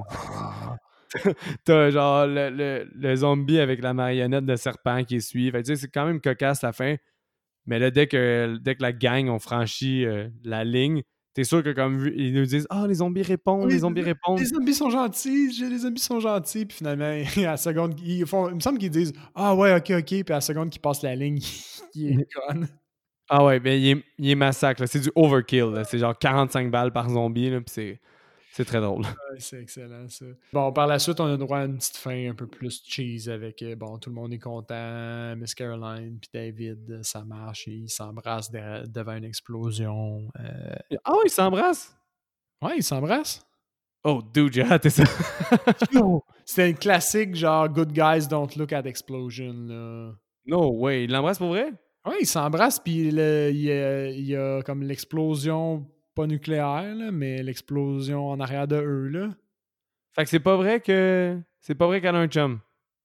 T'as genre le, le, le zombie avec la marionnette de serpent qui suit. Fait que tu sais, c'est quand même cocasse la fin. Mais là, dès que, dès que la gang ont franchi euh, la ligne, t'es sûr que comme vu- ils nous disent Ah, les zombies répondent, les Oui, zombies répondent. les zombies sont gentils, j'ai- les zombies sont gentils, puis finalement, à la seconde, ils font, il me semble qu'ils disent Ah ouais, ok, ok, puis à la seconde qu'ils passent la ligne, il est con. Ah ouais, ben il est, il est massacre. Là. C'est du overkill. Là. C'est genre quarante-cinq balles par zombie. Là, puis c'est, c'est très drôle. Ouais, c'est excellent ça. Bon, par la suite, on a droit à une petite fin un peu plus cheese avec euh, bon, tout le monde est content, Miss Caroline puis David, euh, ça marche, ils s'embrassent de- devant une explosion. Euh, Ah ouais, ils s'embrassent? Ouais, ils s'embrassent. Oh, dude, j'ai raté ça. Yo! C'était un classique genre Good guys don't look at explosion. Là. No way. Ils l'embrassent pour vrai? Ouais, ils s'embrassent, puis le- il y, a, il y a comme l'explosion, pas nucléaire, là, mais l'explosion en arrière de eux. Là. Fait que c'est pas vrai que. C'est pas vrai qu'elle a un chum.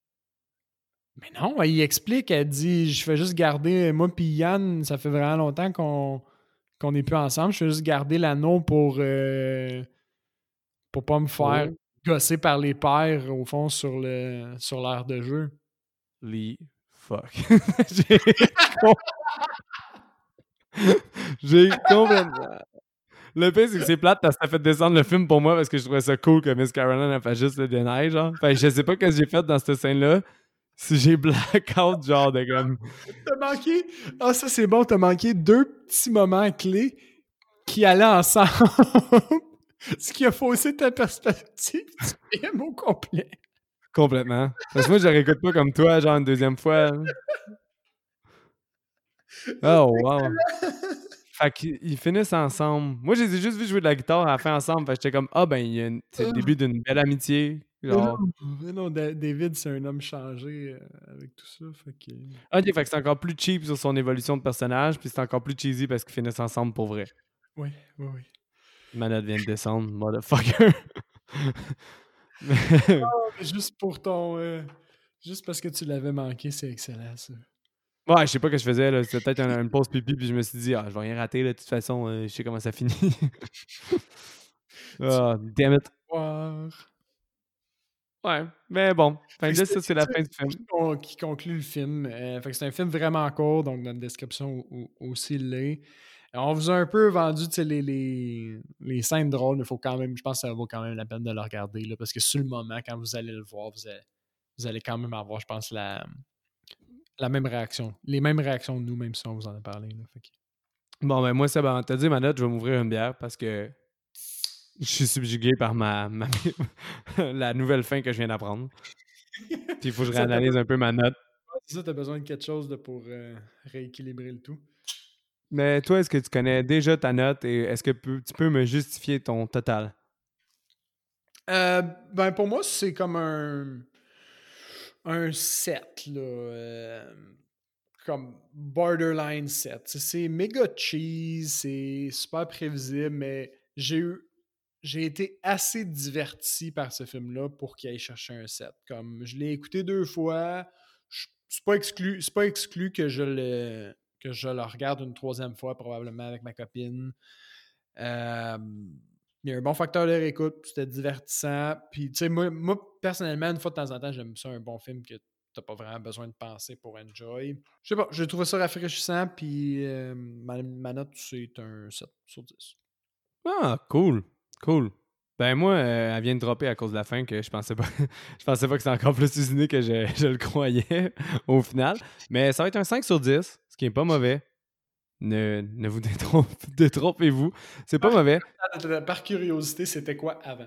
Mais non, il explique, elle dit je fais juste garder, moi puis Yann, ça fait vraiment longtemps qu'on qu'on n'est plus ensemble, je fais juste garder l'anneau pour, euh, pour pas me faire Oh. gosser par les pères, au fond, sur le sur l'aire de jeu. Lee. Fuck. j'ai, com- j'ai complètement. Le pire, c'est que c'est plate parce que ça fait descendre le film pour moi parce que je trouvais ça cool que Miss Caroline elle fait juste le déneige, genre. Fait que je sais pas ce que j'ai fait dans cette scène-là. Si j'ai blackout, genre de comme. T'as manqué. Ah, ça, c'est bon. T'as manqué deux petits moments clés qui allaient ensemble. Ce qui a faussé ta perspective du film au complet. Complètement. Parce que moi, je le réécoute pas comme toi, genre une deuxième fois. Oh, wow. Fait qu'ils finissent ensemble. Moi, je les ai juste vus jouer de la guitare à la fin ensemble. Fait que j'étais comme, ah, ben, il y a une- c'est le début d'une belle amitié. Mais non, Genre. mais non, Da- David, c'est un homme changé euh, avec tout ça. Fait que... Ok, fait que c'est encore plus cheap sur son évolution de personnage, puis c'est encore plus cheesy parce qu'ils finissent ensemble pour vrai. Oui, oui, oui. Manette vient de descendre, motherfucker. Mais- Ah, mais juste pour ton. euh, juste parce que tu l'avais manqué, c'est excellent, ça. Ouais, je sais pas ce que je faisais, là. C'était peut-être un- une pause pipi, puis je me suis dit, ah, je vais rien rater, là. De toute façon, euh, je sais comment ça finit. Ah, damn it. Voir. Ouais, mais bon. Fait Fin que de c'est ça, c'est la fin du film. qui con- qui conclut le film. Euh, fait que c'est un film vraiment court, donc notre description au- au- aussi l'est. Euh, On vous a un peu vendu tu sais, les, les, les scènes drôles, mais faut quand même, je pense que ça vaut quand même la peine de le regarder, là, parce que sur le moment, quand vous allez le voir, vous allez, vous allez quand même avoir, je pense, la, la même réaction. Les mêmes réactions de nous, même si on vous en a parlé. Là, fait que- Bon, ben moi, ça, ben, t'as dit, Manette, je vais m'ouvrir une bière parce que je suis subjugué par ma, ma- la nouvelle fin que je viens d'apprendre. Puis il faut que je Ça, t'as réanalyse un peu ma note. c'est ça, t'as besoin de quelque chose de pour euh, rééquilibrer le tout. Mais toi, est-ce que tu connais déjà ta note et est-ce que peu- tu peux me justifier ton total? Euh, ben pour moi, c'est comme un un sept là. euh, comme borderline sept. Tu sais, c'est méga cheese, c'est super prévisible, mais j'ai eu j'ai été assez diverti par ce film-là pour qu'il aille chercher un sept. Comme je l'ai écouté deux fois, je- c'est pas exclu, c'est pas exclu que je le que je le regarde une troisième fois probablement avec ma copine. Euh, il y a un bon facteur de réécoute, c'était divertissant. Puis, tu sais, moi, moi, personnellement, une fois de temps en temps, j'aime ça, un bon film que t'as pas vraiment besoin de penser pour enjoy. Je sais pas, j'ai trouvé ça rafraîchissant, puis euh, ma, ma note, c'est un sept sur dix. Ah, cool. Cool. Ben moi, euh, elle vient de dropper à cause de la fin que je pensais pas. Je pensais pas que c'était encore plus usiné que je, je le croyais au final. Mais ça va être un cinq sur dix, ce qui est pas mauvais. Ne, ne vous détrompe- détrompez-vous. C'est pas Par, mauvais. par curiosité, c'était quoi avant?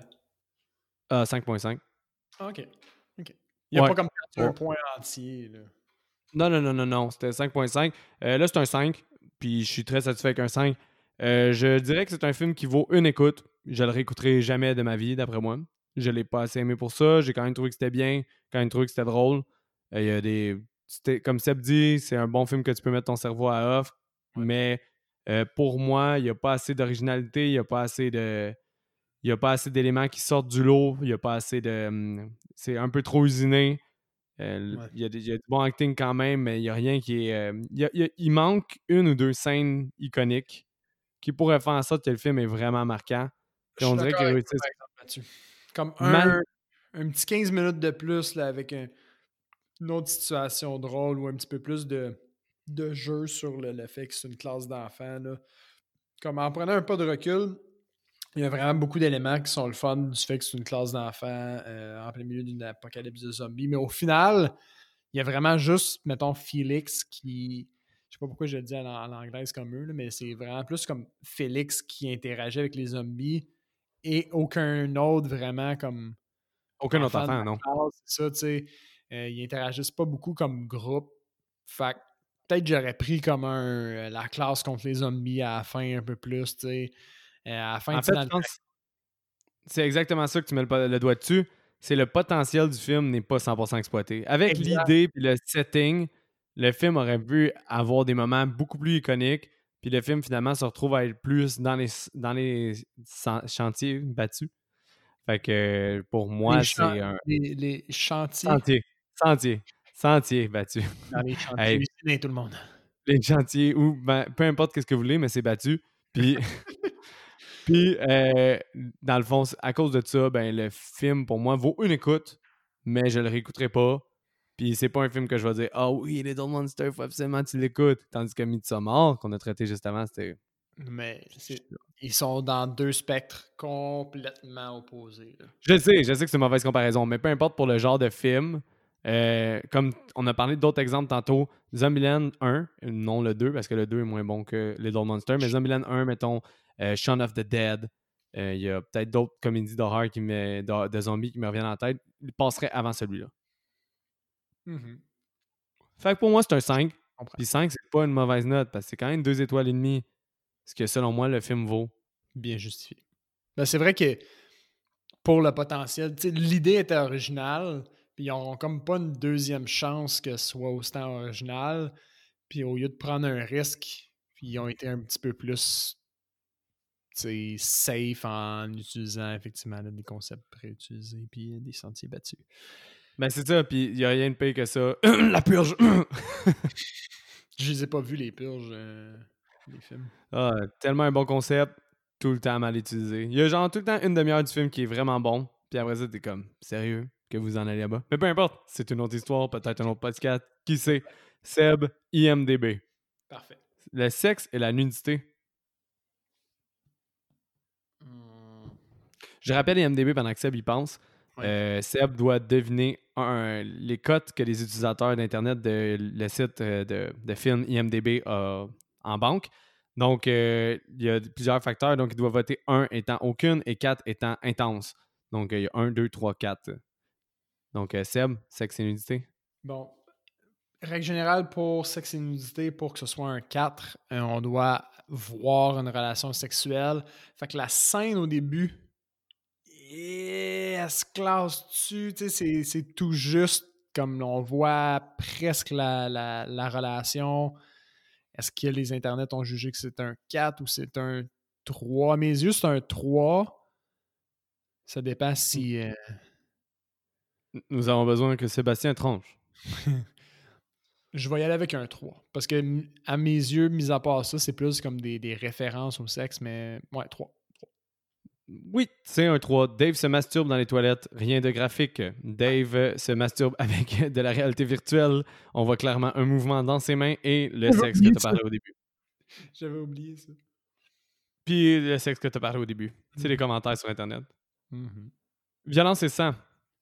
Ah, cinq virgule cinq. Ah, ok. ok. Il n'y a Ouais. pas comme un Ouais. point entier. Là. Non, non, non, non, non. C'était cinq virgule cinq. Euh, là, c'est un cinq. Puis je suis très satisfait avec un cinq. Euh, je dirais que c'est un film qui vaut une écoute. Je le réécouterai jamais de ma vie, d'après moi. Je l'ai pas assez aimé pour ça. J'ai quand même trouvé que c'était bien. Quand même trouvé que c'était drôle. Euh, Il y a des. c'était- Comme Seb dit, c'est un bon film que tu peux mettre ton cerveau à off. Ouais. Mais euh, pour moi, il n'y a pas assez d'originalité. Il n'y a pas assez de. Il n'y a pas assez d'éléments qui sortent du lot. Il n'y a pas assez de. hum, C'est un peu trop usiné. Euh, Ouais. Il y, a des- il y a du bon acting quand même, mais il n'y a rien qui est. euh, il, y a- il y a- il manque une ou deux scènes iconiques qui pourraient faire en sorte que le film est vraiment marquant. Je Puis suis on dirait d'accord qu'ils avec toi, réussissent par exemple, là-dessus. Comme mal. un, un petit quinze minutes de plus là, avec un, une autre situation drôle ou un petit peu plus de, de jeu sur le, le fait que c'est une classe d'enfants. là. Comme en prenant un pas de recul, il y a vraiment beaucoup d'éléments qui sont le fun du fait que c'est une classe d'enfants euh, en plein milieu d'une apocalypse de zombies. Mais au final, il y a vraiment juste, mettons, Félix qui. Je sais pas pourquoi je le dis en, en anglaise comme eux, là, mais c'est vraiment plus comme Félix qui interagit avec les zombies et aucun autre vraiment comme Aucun autre enfant de enfant, la non. classe, c'est ça, tu sais. Euh, ils interagissent pas beaucoup comme groupe. Fait que peut-être j'aurais pris comme un, euh, la classe contre les zombies à la fin un peu plus, tu sais. Euh, à la fin, En tu sais, fait, dans je le pense que c'est exactement ça que tu mets le, le doigt dessus. C'est le potentiel du film n'est pas cent pour cent exploité. Avec exact. l'idée et le setting, le film aurait pu avoir des moments beaucoup plus iconiques. Puis le film, finalement, se retrouve à être plus dans les, dans les san- chantiers battus. Fait que pour Les, moi, chan- c'est un les, les chantiers. sentier. Sentier. Sentier battu. Dans les chantiers, Hey, ici, dans tout le monde. les chantiers ou ben, peu importe qu'est-ce que vous voulez, mais c'est battu. Puis, puis euh, dans le fond, à cause de ça, ben, le film, pour moi, vaut une écoute, mais je le réécouterai pas. Puis c'est pas un film que je vais dire « Ah oui, Little Monster, faut absolument que tu l'écoutes. » Tandis que Midsommar, qu'on a traité juste avant, c'était Mais c'est... ils sont dans deux spectres complètement opposés. Là. Je sais, je sais que c'est une mauvaise comparaison, mais peu importe pour le genre de film. Euh, comme on a parlé d'autres exemples tantôt, Zombieland un, non le deux, parce que le deux est moins bon que Little Monster, mais Zombieland un, mettons, euh, Shaun of the Dead, il euh, y a peut-être d'autres comédies d'horreur qui me, de, de zombies qui me reviennent en tête, ils passeraient avant celui-là. Mm-hmm. Fait que pour moi, c'est un cinq. Puis cinq, c'est pas une mauvaise note, parce que c'est quand même deux étoiles et demie, ce que selon moi, le film vaut. Bien justifié. Ben, c'est vrai que pour le potentiel, l'idée était originale, puis ils n'ont comme pas une deuxième chance que ce soit autant original. Puis au lieu de prendre un risque, ils ont été un petit peu plus safe en utilisant effectivement là, des concepts préutilisés puis des sentiers battus. Ben c'est ça, puis il n'y a rien de pire que ça. La purge! Je les ai pas vus, les purges, euh, les films. Ah, tellement un bon concept, tout le temps mal utilisé. Il y a genre tout le temps une demi-heure du film qui est vraiment bon, puis après ça, t'es comme, sérieux que vous en allez là-bas? Mais peu importe, c'est une autre histoire, peut-être un autre podcast, qui sait? Seb, I M D B. Parfait. Le sexe et la nudité. Hum. Je rappelle I M D B pendant que Seb y pense. Ouais. Euh, Seb doit deviner un, les cotes que les utilisateurs d'Internet de le site euh, de, de films I M D B a en banque. Donc, euh, il y a plusieurs facteurs. Donc, il doit voter un étant aucune et quatre étant intense. Donc, euh, il y a un, deux, trois, quatre. Donc, euh, Seb, sexe et nudité. Bon. Règle générale pour sexe et nudité, pour que ce soit un quatre, euh, on doit voir une relation sexuelle. Fait que la scène au début, elle se classe-tu? C'est, c'est tout juste comme on voit presque la, la, la relation. Est-ce que les internets ont jugé que c'est un quatre ou c'est un trois? À mes yeux, c'est un trois. Ça dépend si... Euh... Nous avons besoin que Sébastien tranche. Je vais y aller avec un trois. Parce que, à mes yeux, mis à part ça, c'est plus comme des, des références au sexe, mais ouais, trois. Oui, c'est un trois. Dave se masturbe dans les toilettes. Rien de graphique. Dave euh, se masturbe avec de la réalité virtuelle. On voit clairement un mouvement dans ses mains et le J'avais sexe que oublié tu as ça. parlé au début. J'avais oublié ça. Puis le sexe que tu as parlé au début. C'est Mhm. les commentaires sur Internet. Mhm. Violence et sang.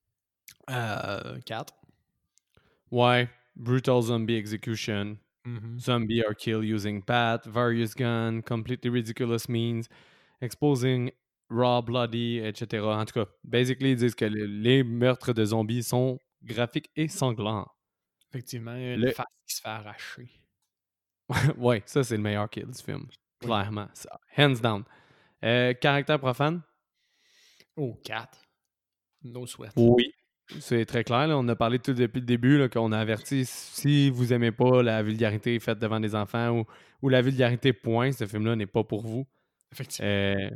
Euh, quatre. Ouais. Brutal zombie execution. Mhm. Zombie are killed using bat, various gun, completely ridiculous means, exposing raw, bloody, et cetera. En tout cas, basically, ils disent que le- les meurtres de zombies sont graphiques et sanglants. Effectivement, il y a une Le- face qui se fait arracher. ouais, ça, c'est le meilleur kill du film. Oui. Clairement. Ça, hands down. Euh, caractère profane? Oh, quatre. No sweat. Oui. C'est très clair. Là. On a parlé tout depuis le début là, qu'on a averti si vous aimez pas la vulgarité faite devant des enfants ou, ou la vulgarité point, ce film-là n'est pas pour vous. Effectivement. Euh,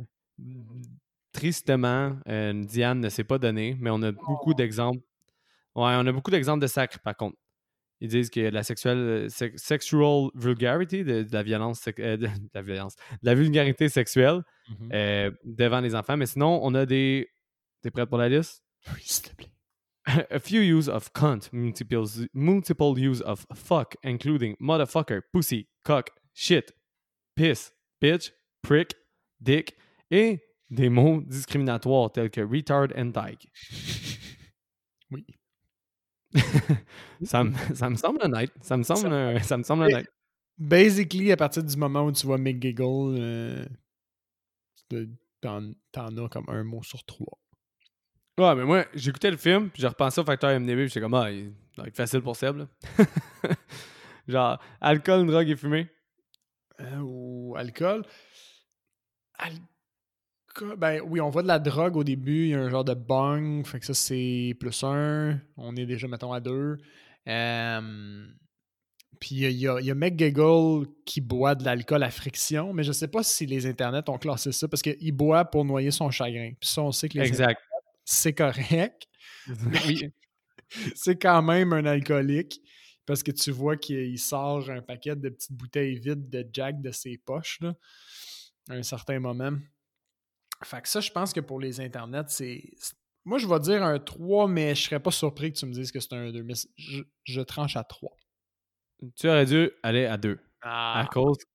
tristement, euh, Diane ne s'est pas donnée, mais on a beaucoup d'exemples. Ouais, on a beaucoup d'exemples de sacres, par contre. Ils disent que la sexuelle, se- sexual vulgarity, de, de la violence, sec- euh, de, de la violence, de la vulgarité sexuelle Mhm. euh, devant les enfants. Mais sinon, on a des. T'es prête pour la liste? Oui, s'il te plaît. A few use of cunt, multiple, multiple use of fuck, including motherfucker, pussy, cock, shit, piss, bitch, prick, dick, et des mots discriminatoires tels que retard and dyke. Oui. ça, me, ça me semble honnête. Ça me semble, Ça- euh, ça me semble Mais- honnête. Basically, à partir du moment où tu vois Mick Giggle, euh, de- t'en, t'en as comme un mot sur trois. Ouais, mais moi, j'écoutais le film, puis j'ai repensé au facteur M D B, puis j'étais comme, ah, il doit être facile pour Seb, là. Genre, alcool, drogue et fumée. Euh, ou alcool. Alcool. Ben oui, on voit de la drogue au début. Il y a un genre de bong. Fait que ça, c'est plus un. On est déjà, mettons, à deux. Euh, Puis il y a, il y a McGiggle qui boit de l'alcool à friction, mais je sais pas si les internets ont classé ça parce qu'il boit pour noyer son chagrin. Puis ça, on sait que les Exact. internets, c'est correct. Oui. C'est quand même un alcoolique parce que tu vois qu'il sort un paquet de petites bouteilles vides de Jack de ses poches là, à un certain moment. Fait que ça, je pense que pour les internets, c'est... Moi, je vais dire un trois, mais je serais pas surpris que tu me dises que c'est un deux. Mais je, je tranche à trois. Tu aurais dû aller à deux. Ah. À cause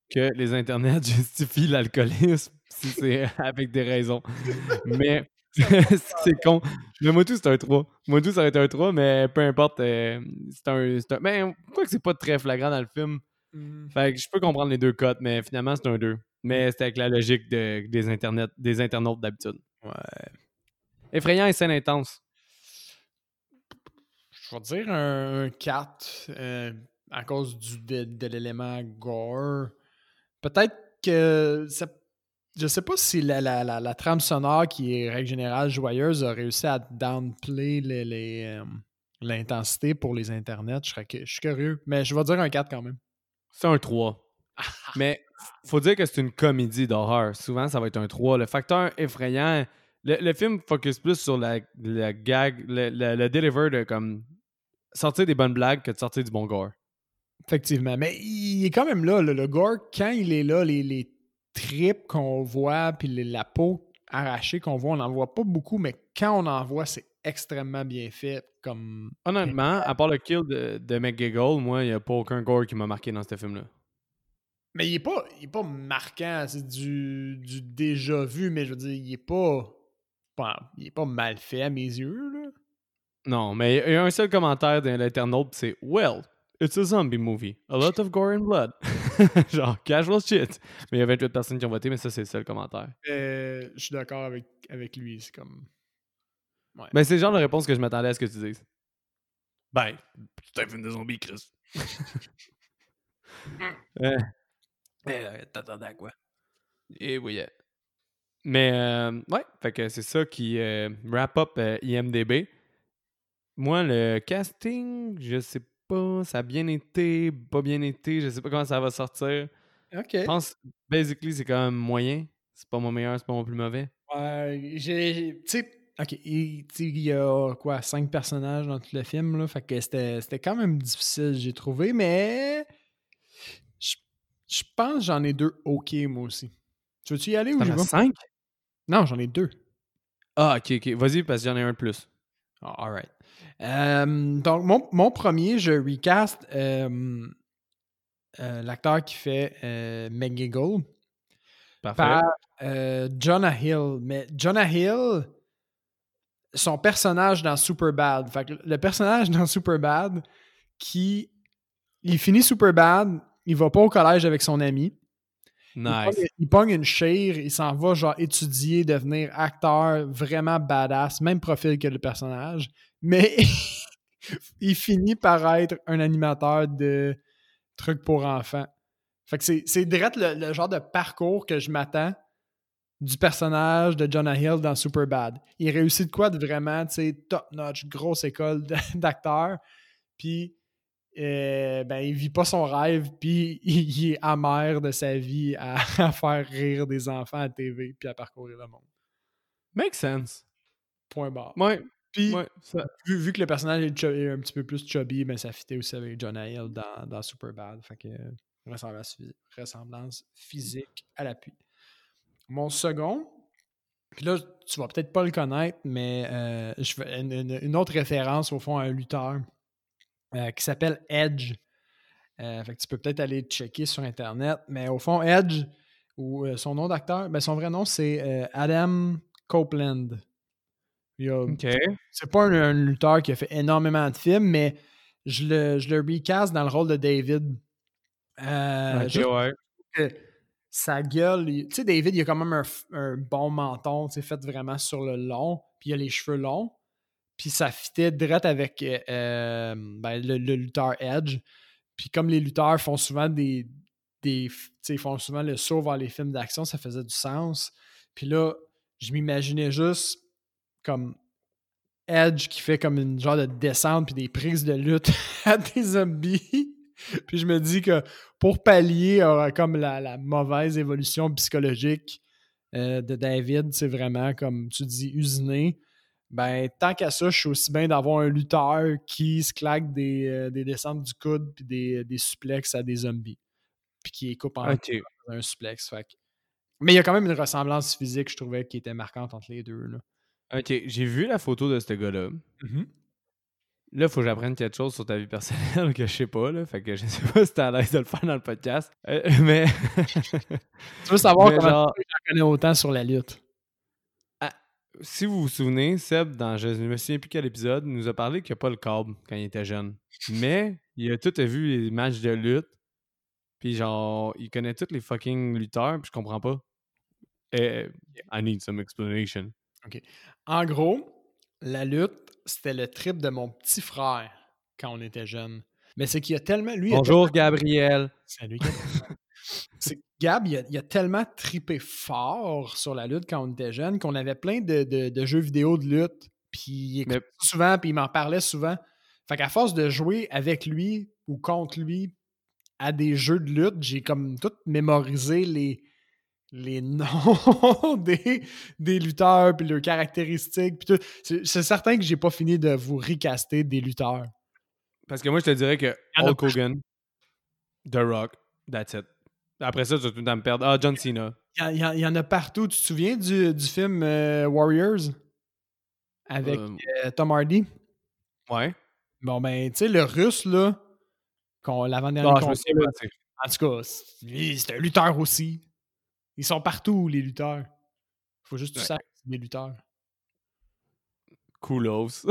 que les internets justifient l'alcoolisme si c'est avec des raisons. Mais c'est con. Mais moi tout, c'est un trois. Moi tout, ça aurait été un trois, mais peu importe. euh, c'est un. C'est un... Ben, quoi que c'est pas très flagrant dans le film. Hmm. Fait que je peux comprendre les deux cotes, mais finalement, c'est un deux. Mais c'était avec la logique de- des, internet, des internautes d'habitude. Ouais. Effrayant et scène intense. Je vais dire un, un quatre euh, à cause du, de, de l'élément gore. Peut-être que ça, je sais pas si la, la, la, la trame sonore qui est règle générale joyeuse a réussi à downplay les, les, euh, l'intensité pour les internets. Je, serais, je suis curieux, mais je vais dire un quatre quand même. C'est un trois. Mais faut dire que c'est une comédie d'horreur. Souvent, ça va être un trois. Le facteur effrayant, le, le film focus plus sur la, la gag, le, le, le deliver de comme sortir des bonnes blagues que de sortir du bon gore. Effectivement. Mais il est quand même là, le, le gore, quand il est là, les, les tripes qu'on voit, puis les- la peau arrachée qu'on voit, on n'en voit pas beaucoup, mais quand on en voit, c'est extrêmement bien fait. Comme... Honnêtement, à part le kill de, de McGiggle, moi, il n'y a pas aucun gore qui m'a marqué dans ce film-là. Mais il n'est pas, il est pas marquant, c'est du, du déjà vu, mais je veux dire, il est pas, pas- il est pas mal fait à mes yeux. Là. Non, mais il y a un seul commentaire d'un internaute, c'est Well, it's a zombie movie. A lot of gore and blood. Genre, casual shit. Mais il y a vingt-huit personnes qui ont voté, mais ça, c'est le seul commentaire. Euh, je suis d'accord avec, avec lui. C'est comme. Ouais. Ben, c'est le genre de réponse que je m'attendais à ce que tu dises. Ben, c'est un film de zombies, Chris. euh, Euh, T'attendais à quoi? et oui. euh. Mais, euh, ouais, fait que c'est ça qui euh, wrap up euh, I M D B. Moi, le casting, je sais pas, ça a bien été, pas bien été, je sais pas comment ça va sortir. OK. Je pense, basically, c'est quand même moyen. C'est pas mon meilleur, c'est pas mon plus mauvais. Ouais, j'ai. Tu sais, OK, il, tu sais, il y a quoi, cinq personnages dans tout le film, là. Fait que c'était c'était quand même difficile, j'ai trouvé, mais. Je je pense que j'en ai deux OK, moi aussi. Tu veux-tu y aller ou T'en j'y as vais? cinq? Non, j'en ai deux. Ah, ok, ok. Vas-y, parce que j'en ai un de plus. Ah, all right. Euh, donc, mon, mon premier, je recast euh, euh, l'acteur qui fait euh, McGiggle Parfait. par euh, Jonah Hill. Mais Jonah Hill, son personnage dans Superbad. Fait que le personnage dans Superbad qui. Il finit Superbad, il va pas au collège avec son ami. Il pogne, Nice. il pogne une chire, il s'en va genre étudier, devenir acteur vraiment badass, même profil que le personnage. Mais il finit par être un animateur de trucs pour enfants. Fait que c'est, c'est direct le, le genre de parcours que je m'attends du personnage de Jonah Hill dans Superbad. Il réussit de quoi de vraiment, tu sais, top-notch, grosse école d'acteurs. Puis euh, ben, il vit pas son rêve, puis il, il est amer de sa vie à, à faire rire des enfants à T V, puis à parcourir le monde. Makes sense. Point barre. Ouais. Puis, Ouais. Ça... vu, vu que le personnage est, chub- est un petit peu plus chubby, ben, ça fitait aussi avec Jonah Hill dans, dans Superbad. Fait que euh, ressemblance, physique, ressemblance physique à l'appui. Mon second, puis là, tu vas peut-être pas le connaître, mais euh, je fais une, une- une autre référence au fond à un lutteur euh, qui s'appelle Edge. Euh, fait que tu peux peut-être aller checker sur Internet. Mais au fond, Edge, ou euh, son nom d'acteur, ben son vrai nom, c'est euh, Adam Copeland. Il a- Ok. C'est pas un, un lutteur qui a fait énormément de films, mais je le, je le recast dans le rôle de David. Euh, Ok, juste ouais. que sa gueule, il- tu sais, David, il a quand même un, f- un bon menton, tu sais, fait vraiment sur le long, puis il a les cheveux longs, puis ça fitait direct avec euh, euh, ben, le, le lutteur Edge. Puis comme les lutteurs font souvent des. des tu sais, ils font souvent le saut vers les films d'action, ça faisait du sens. Puis là, je m'imaginais juste comme Edge qui fait comme une genre de descente puis des prises de lutte à des zombies. Puis je me dis que pour pallier euh, comme la, la mauvaise évolution psychologique euh, de David, c'est vraiment comme tu dis usiné. Ben, tant qu'à ça, je suis aussi bien d'avoir un lutteur qui se claque des, euh, des descentes du coude puis des, des suplexes à des zombies. Puis qui les coupe en deux Ok. dans un suplex. Fait que- Mais il y a quand même une ressemblance physique, je trouvais, qui était marquante entre les deux. Là. Ok. J'ai vu la photo de ce gars-là. Mhm. Là, il faut que j'apprenne quelque chose sur ta vie personnelle que je sais pas, là. Fait que je sais pas si t'es à l'aise de le faire dans le podcast. Euh, mais. Tu veux savoir mais comment genre, j'en connais autant sur la lutte? ah, si vous vous souvenez, Seb, dans je ne me souviens plus quel épisode, nous a parlé qu'il n'y a pas le câble quand il était jeune. Mais il a tout vu les matchs de lutte. Puis genre, il connaît tous les fucking lutteurs, puis je comprends pas. Eh, I need some explanation. OK. En gros, la lutte, c'était le trip de mon petit frère quand on était jeune. Mais c'est qu'il y a tellement. Lui, il a Bonjour, tellement- Gabriel. Salut, Gab. C'est que Gab, il a, il a tellement trippé fort sur la lutte quand on était jeune qu'on avait plein de, de- de jeux vidéo de lutte. Puis il écoutait Mais ça souvent, puis il m'en parlait souvent. Fait qu'à force de jouer avec lui ou contre lui à des jeux de lutte, j'ai comme tout mémorisé les, les noms des, des lutteurs, puis leurs caractéristiques. Puis tout. C'est, c'est certain que j'ai pas fini de vous recaster des lutteurs. parce que moi, je te dirais que Il y en a Hulk Hogan, The Rock, that's it. Après ça, tu vas tout le temps me perdre. Ah, John Cena. Il y, en- il y en- il y en a partout. Tu te souviens du, du film euh, Warriors avec Euh, euh, Tom Hardy? ouais. Bon, ben, tu sais, le russe, là, qu'on, l'avant-dernier Ah, je me combat, souviens là, pas assez. en tout cas, c'est- lui, c'est un lutteur aussi. Ils sont partout, les lutteurs. Faut juste que tu Ouais. saches que c'est des lutteurs. Coolos.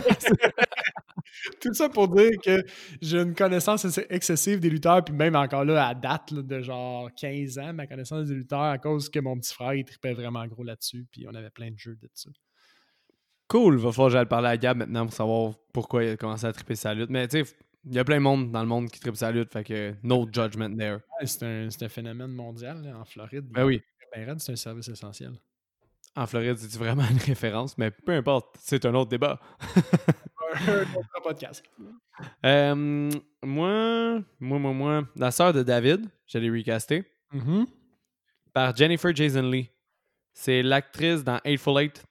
Tout ça pour dire que j'ai une connaissance ex- excessive des lutteurs, puis même encore là, à date là, de genre quinze ans, ma connaissance des lutteurs, à cause que mon petit frère, il tripait vraiment gros là-dessus, puis on avait plein de jeux de ça. Cool, va falloir que j'aille parler à Gab maintenant pour savoir pourquoi il a commencé à triper sa lutte. Mais tu sais, il y a plein de monde dans le monde qui tripe sa lutte, fait que no judgment there. Ouais, c'est un, c'est un phénomène mondial là, en Floride. Ben oui, Ben raide, c'est un service essentiel. en Floride, c'est vraiment une référence, mais peu importe, c'est un autre débat. Un autre podcast. Euh, moi, moi, moi, moi, la sœur de David, je l'ai recastée Mhm. par Jennifer Jason Leigh. C'est l'actrice dans Hateful Eight,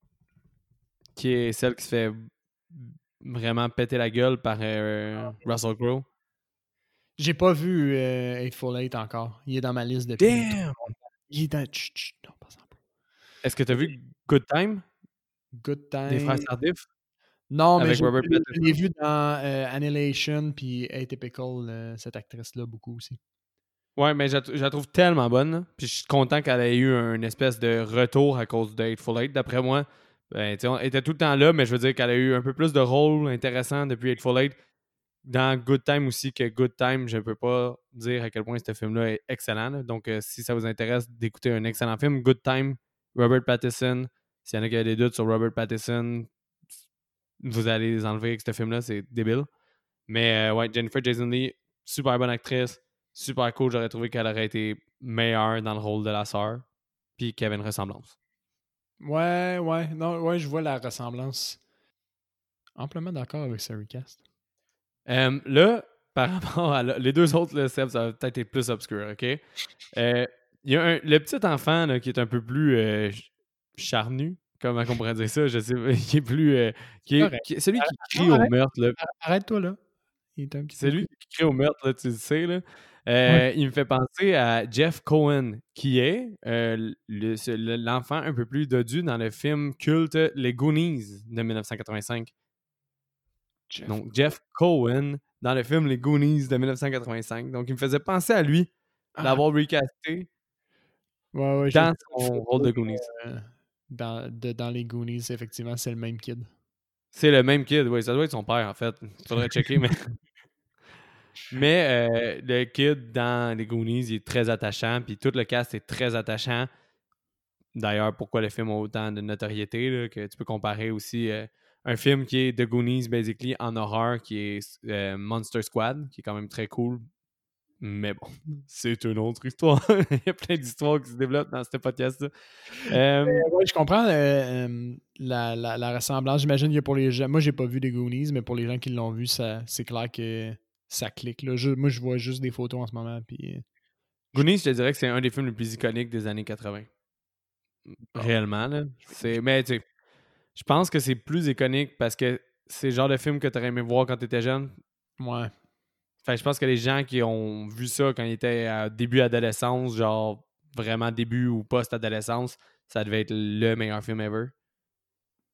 qui est celle qui se fait vraiment péter la gueule par euh, Russell Crowe. J'ai pas vu euh, Eightful Eight encore. Il est dans ma liste depuis. Damn! Il est dans. Chut, chut, non, pas ça. Est-ce que tu as vu Good Time Good Time. des frères Tardif? Non, mais Avec je, Robert je Pattinson. l'ai vu dans euh, Annihilation puis Atypical, euh, cette actrice-là, beaucoup aussi. Ouais, mais je, la- je la trouve tellement bonne. Là. Puis je suis content qu'elle ait eu une espèce de retour à cause de Hateful Eight. D'après moi, ben, tu sais, on était tout le temps là, mais je veux dire qu'elle a eu un peu plus de rôle intéressant depuis Hateful Eight. Dans Good Time aussi, que Good Time, je peux pas dire à quel point ce film-là est excellent. là. Donc, euh, si ça vous intéresse d'écouter un excellent film, Good Time, Robert Pattinson. S'il y en a qui ont des doutes sur Robert Pattinson, vous allez les enlever avec ce film-là, c'est débile. Mais euh, ouais, Jennifer Jason Leigh, super bonne actrice, super cool. J'aurais trouvé qu'elle aurait été meilleure dans le rôle de la sœur, puis qu'il y avait une ressemblance. Ouais, ouais, non, ouais, je vois la ressemblance. Amplement d'accord avec ce recast. Euh, là, par rapport à la- les deux autres, là, Seb, ça va peut-être être plus obscur, OK? Euh, Il y a un- le petit enfant là, qui est un peu plus euh, ch- charnu, comment on pourrait dire ça, je sais pas, qui est plus... euh, qui est, Correct. qui est- celui qui crie non, au arrête. meurtre, là. Ar- Arrête-toi là. Il est un petit C'est peu lui cool. qui crie au meurtre, là, tu le sais. Là. Euh, Ouais. Il me fait penser à Jeff Cohen, qui est euh, le- ce- le- l'enfant un peu plus dodu dans le film culte Les Goonies de dix-neuf cent quatre-vingt-cinq. Jeff. Donc, Jeff Cohen dans le film Les Goonies de dix-neuf cent quatre-vingt-cinq. Donc, il me faisait penser à lui Ah, d'avoir recasté ouais, ouais, j'ai dans vu une son photo, rôle de Goonies. euh, dans, de- dans les Goonies, effectivement, c'est le même kid. C'est le même kid, oui, ça doit être son père en fait. Faudrait checker, mais. Mais euh, le kid dans les Goonies, il est très attachant, puis tout le cast est très attachant. D'ailleurs, pourquoi le film a autant de notoriété, là, que tu peux comparer aussi euh, un film qui est The Goonies, basically, en horreur, qui est euh, Monster Squad, qui est quand même très cool. Mais bon, c'est une autre histoire. Il y a plein d'histoires qui se développent dans ce podcast-là. Euh, Euh, ouais, je comprends euh, euh, la, la, la ressemblance. J'imagine que pour les gens. Moi, j'ai pas vu des Goonies, mais pour les gens qui l'ont vu, ça, c'est clair que ça clique. Là. Je- moi, je vois juste des photos en ce moment. Puis, euh, Goonies, je te dirais que c'est un des films les plus iconiques des années quatre-vingt. Réellement, là. C'est, mais tu sais, je pense que c'est plus iconique parce que c'est le genre de film que tu aurais aimé voir quand tu étais jeune. ouais. Fait que je pense que les gens qui ont vu ça quand ils étaient à début adolescence, genre vraiment début ou post-adolescence, ça devait être le meilleur film ever.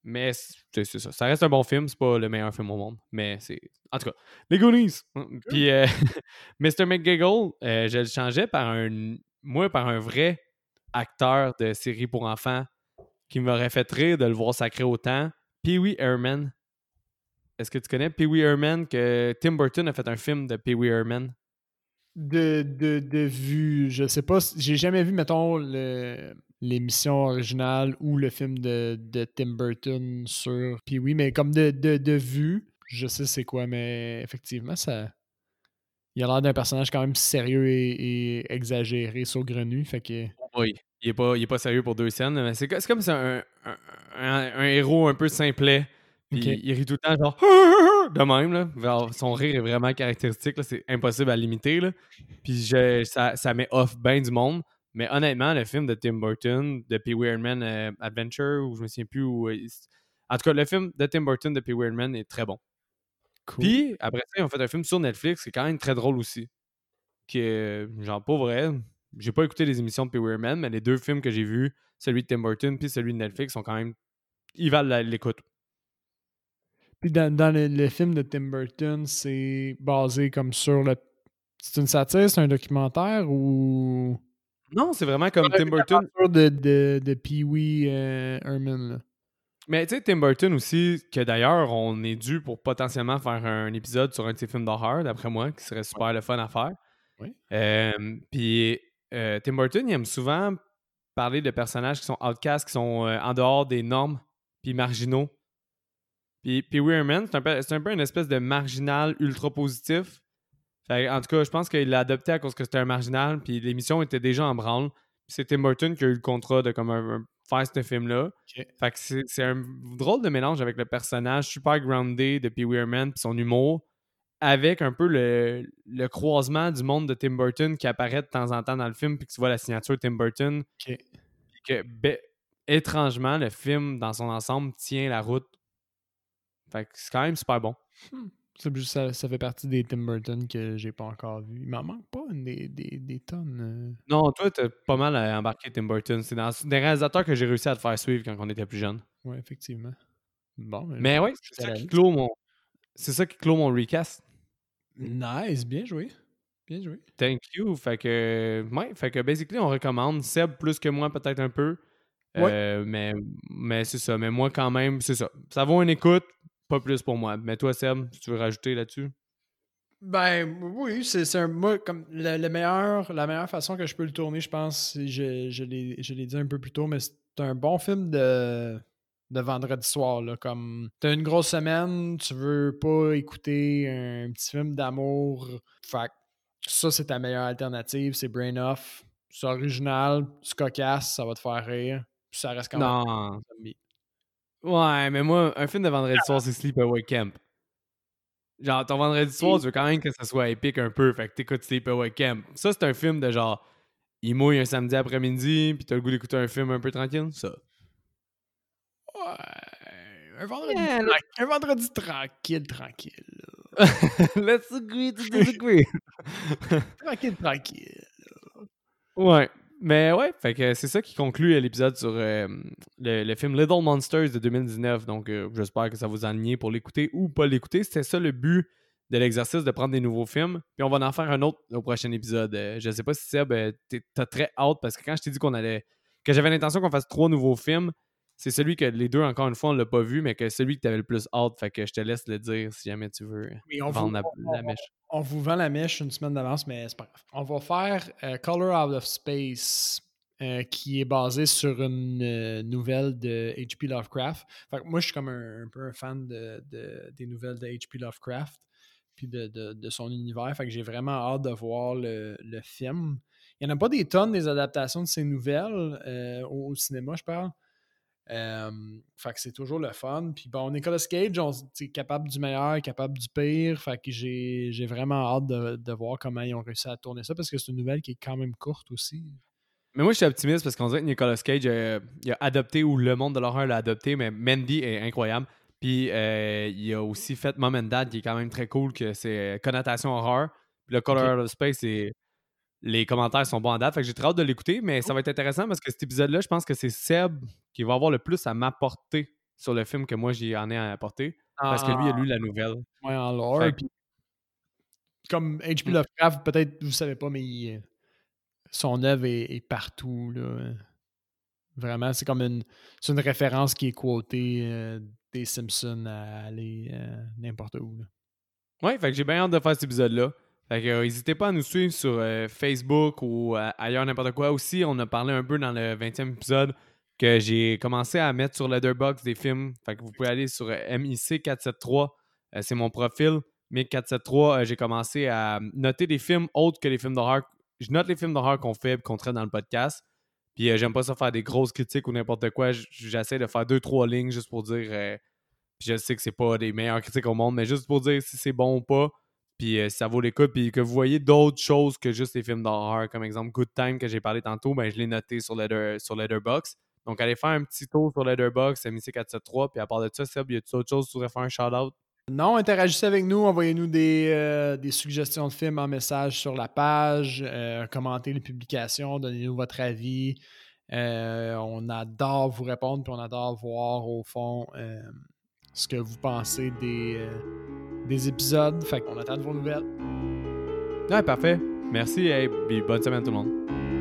Mais c'est, c'est ça. Ça reste un bon film. C'est pas le meilleur film au monde. Mais c'est. En tout cas, les Goonies. Puis euh, mister McGiggle, euh, je le changeais par un. Moi, par un vrai acteur de série pour enfants qui m'aurait fait rire de le voir sacré autant. Pee-wee Herman. Est-ce que tu connais Pee-wee Herman? Que Tim Burton a fait un film de Pee-wee Herman. De, de, de vue, je sais pas, j'ai jamais vu, mettons, le, l'émission originale ou le film de, de Tim Burton sur Pee-wee, mais comme de, de, de vue, je sais c'est quoi, mais effectivement, ça. Il a l'air d'un personnage quand même sérieux et, et exagéré, saugrenu, fait que. Oui. Il est pas, il est pas sérieux pour deux scènes, mais c'est, c'est comme c'est un, un, un, un héros un peu simplet. Puis Ok. il rit tout le temps, genre de même. Là. Genre, son rire est vraiment caractéristique. Là. C'est impossible à l'imiter. Là. Puis je, ça, ça met off bien du monde. Mais honnêtement, le film de Tim Burton, de Pee-wee Herman euh, Adventure, ou je me souviens plus où. euh, en tout cas, le film de Tim Burton de Pee-wee Herman est très bon. Cool. Puis après ça, ils ont fait un film sur Netflix qui est quand même très drôle aussi. Qui est, genre, pas vrai. J'ai pas écouté les émissions de Pee-wee Herman, mais les deux films que j'ai vus, celui de Tim Burton puis celui de Netflix, sont quand même. Ils valent la- l'écoute. Puis dans, dans le, le film de Tim Burton, c'est basé comme sur le. C'est une satire, c'est un documentaire ou. Non, c'est vraiment comme Ouais, Tim une Burton. aventure de, de, de Pee-wee euh, Herman, là. Mais tu sais, Tim Burton aussi, que d'ailleurs, on est dû pour potentiellement faire un épisode sur un de ses films d'horreur, d'après moi, qui serait super le fun à faire. Oui. Euh, Puis euh, Tim Burton, il aime souvent parler de personnages qui sont outcasts, qui sont euh, en dehors des normes, puis marginaux. Puis Pee-wee Herman, c'est un, peu, c'est un peu une espèce de marginal ultra positif. Fait, en tout cas, je pense qu'il l'a adopté à cause que c'était un marginal, puis l'émission était déjà en branle. Puis c'est Tim Burton qui a eu le contrat de comme un, un- faire ce film-là. Ok. Fait que c'est, c'est un drôle de mélange avec le personnage super groundé de Pee-wee Herman puis son humour, avec un peu le, le croisement du monde de Tim Burton qui apparaît de temps en temps dans le film, puis que tu vois la signature Tim Burton. Ok. Puis que, ben, étrangement, le film, dans son ensemble, tient la route. Fait que c'est quand même super bon. Hmm. C'est juste- Ça, ça fait partie des Tim Burton que j'ai pas encore vu. Il m'en manque pas une des, des, des tonnes. Non, toi, t'as pas mal à embarquer Tim Burton. C'est dans des réalisateurs que j'ai réussi à te faire suivre quand on était plus jeune. euh. Ouais, effectivement. Bon, mais je Mais vais ouais, ajouter c'est à ça la qui liste. clôt mon. C'est ça qui clôt mon recast. Nice, bien joué. Bien joué. Thank you. Fait que. Ouais, fait que basically, on recommande. Seb plus que moi, peut-être un peu. Ouais. Euh, mais mais c'est ça. Mais moi, quand même, c'est ça. Ça vaut une écoute, pas plus pour moi. Mais toi, Seb, si tu veux rajouter là-dessus. Ben oui, c'est c'est un moi comme le, le meilleur la meilleure façon que je peux le tourner, je pense, c'est- je, je l'ai je l'ai dit un peu plus tôt, mais c'est un bon film de de vendredi soir là, comme t'as une grosse semaine, tu veux pas écouter un petit film d'amour, fait que ça c'est ta meilleure alternative, c'est Brain Off, c'est original, c'est cocasse, ça va te faire rire, puis ça reste quand même Non. un zombie. Ouais, mais moi, un film de vendredi soir, c'est Sleepaway Camp. Genre, ton vendredi soir, Et- tu veux quand même que ça soit épique un peu. Fait que t'écoutes Sleepaway Camp. Ça, c'est un film de genre, il mouille un samedi après-midi, puis t'as le goût d'écouter un film un peu tranquille. Ça. Ouais, un vendredi, Yeah, tranquille, un vendredi tranquille, tranquille. let's agree to disagree. Tranquille, tranquille. Ouais. Mais ouais, fait que c'est ça qui conclut euh, l'épisode sur euh, le, le film Little Monsters de deux mille dix-neuf. Donc, euh, j'espère que ça vous a enligné pour l'écouter ou pas l'écouter. C'était ça le but de l'exercice, de prendre des nouveaux films. Puis on va en faire un autre au prochain épisode. Euh, je sais pas si Seb, euh, t'es- t'as très hâte parce que quand je t'ai dit qu'on allait. Que j'avais l'intention qu'on fasse trois nouveaux films, c'est celui que les deux, encore une fois, on l'a pas vu, mais que celui que t'avais le plus hâte. Fait que je te laisse le dire si jamais tu veux Oui, on, vous, vendre la, on, la on- mèche. on vous vend la mèche une semaine d'avance, mais c'est pas grave. On va faire euh, Color Out of Space, euh, qui est basé sur une euh, nouvelle de H P Lovecraft. Fait que moi, je suis comme un, un peu un fan de, de- des nouvelles de H P Lovecraft, puis de, de- de son univers. Fait que j'ai vraiment hâte de voir le, le film. Il n'y en a pas des tonnes des adaptations de ces nouvelles euh, au, au cinéma, je parle. Euh, fait que c'est toujours le fun. Puis bon, Nicolas Cage, on est capable du meilleur, capable du pire. Fait que j'ai, j'ai vraiment hâte de, de voir comment ils ont réussi à tourner ça parce que c'est une nouvelle qui est quand même courte aussi. Mais moi, je suis optimiste parce qu'on dirait que Nicolas Cage euh, il a adopté, ou le monde de l'horreur l'a adopté, mais Mandy est incroyable. Puis euh, il a aussi fait Mom and Dad, qui est quand même très cool, que c'est euh, connotation horreur. Puis le Color Ok. Out of Space, c'est... les commentaires sont bons en date. Fait que j'ai très hâte de l'écouter, mais ça va être intéressant parce que cet épisode-là, je pense que c'est Seb qui va avoir le plus à m'apporter sur le film que moi, j'y en ai apporté. En, Parce que lui, il a lu la nouvelle. Ouais, en lore. Fait... Puis, comme H P Mm. Lovecraft, peut-être vous savez pas, mais il, son œuvre est, est partout. Là. Vraiment, c'est comme une, c'est une référence qui est quotée euh, des Simpsons à aller euh, n'importe où. Là. Ouais, fait que j'ai bien hâte de faire cet épisode-là. Fait que euh, n'hésitez pas à nous suivre sur euh, Facebook ou euh, ailleurs, n'importe quoi. Aussi, on a parlé un peu dans le vingtième épisode que j'ai commencé à mettre sur Letterboxd des films. Fait que vous pouvez aller sur euh, M I C quatre cent soixante-treize. Euh, c'est mon profil. Mick quatre cent soixante-treize, euh, j'ai commencé à noter des films autres que les films d'horreur. Je note les films d'horreur qu'on fait et qu'on traite dans le podcast. Puis euh, j'aime pas ça faire des grosses critiques ou n'importe quoi. J- J'essaie de faire deux, trois lignes juste pour dire... euh, puis je sais que c'est pas des meilleures critiques au monde, mais juste pour dire si c'est bon ou pas, puis euh, si ça vaut l'écoute, puis que vous voyez d'autres choses que juste les films d'horreur, comme exemple Good Time que j'ai parlé tantôt, ben je l'ai noté sur, Letter, sur Letterboxd. Donc allez faire un petit tour sur Letterboxd, M I C quatre cent soixante-treize, puis à part de ça, Seb, y a-t-il autre chose que tu voudrais faire un shout-out? Non, interagissez avec nous, envoyez-nous des, euh, des suggestions de films en message sur la page, euh, commentez les publications, donnez-nous votre avis. Euh, on adore vous répondre, puis on adore voir au fond euh, ce que vous pensez des, euh, des épisodes. Fait qu'on attend de vos nouvelles. Ouais, parfait. Merci et bonne semaine tout le monde.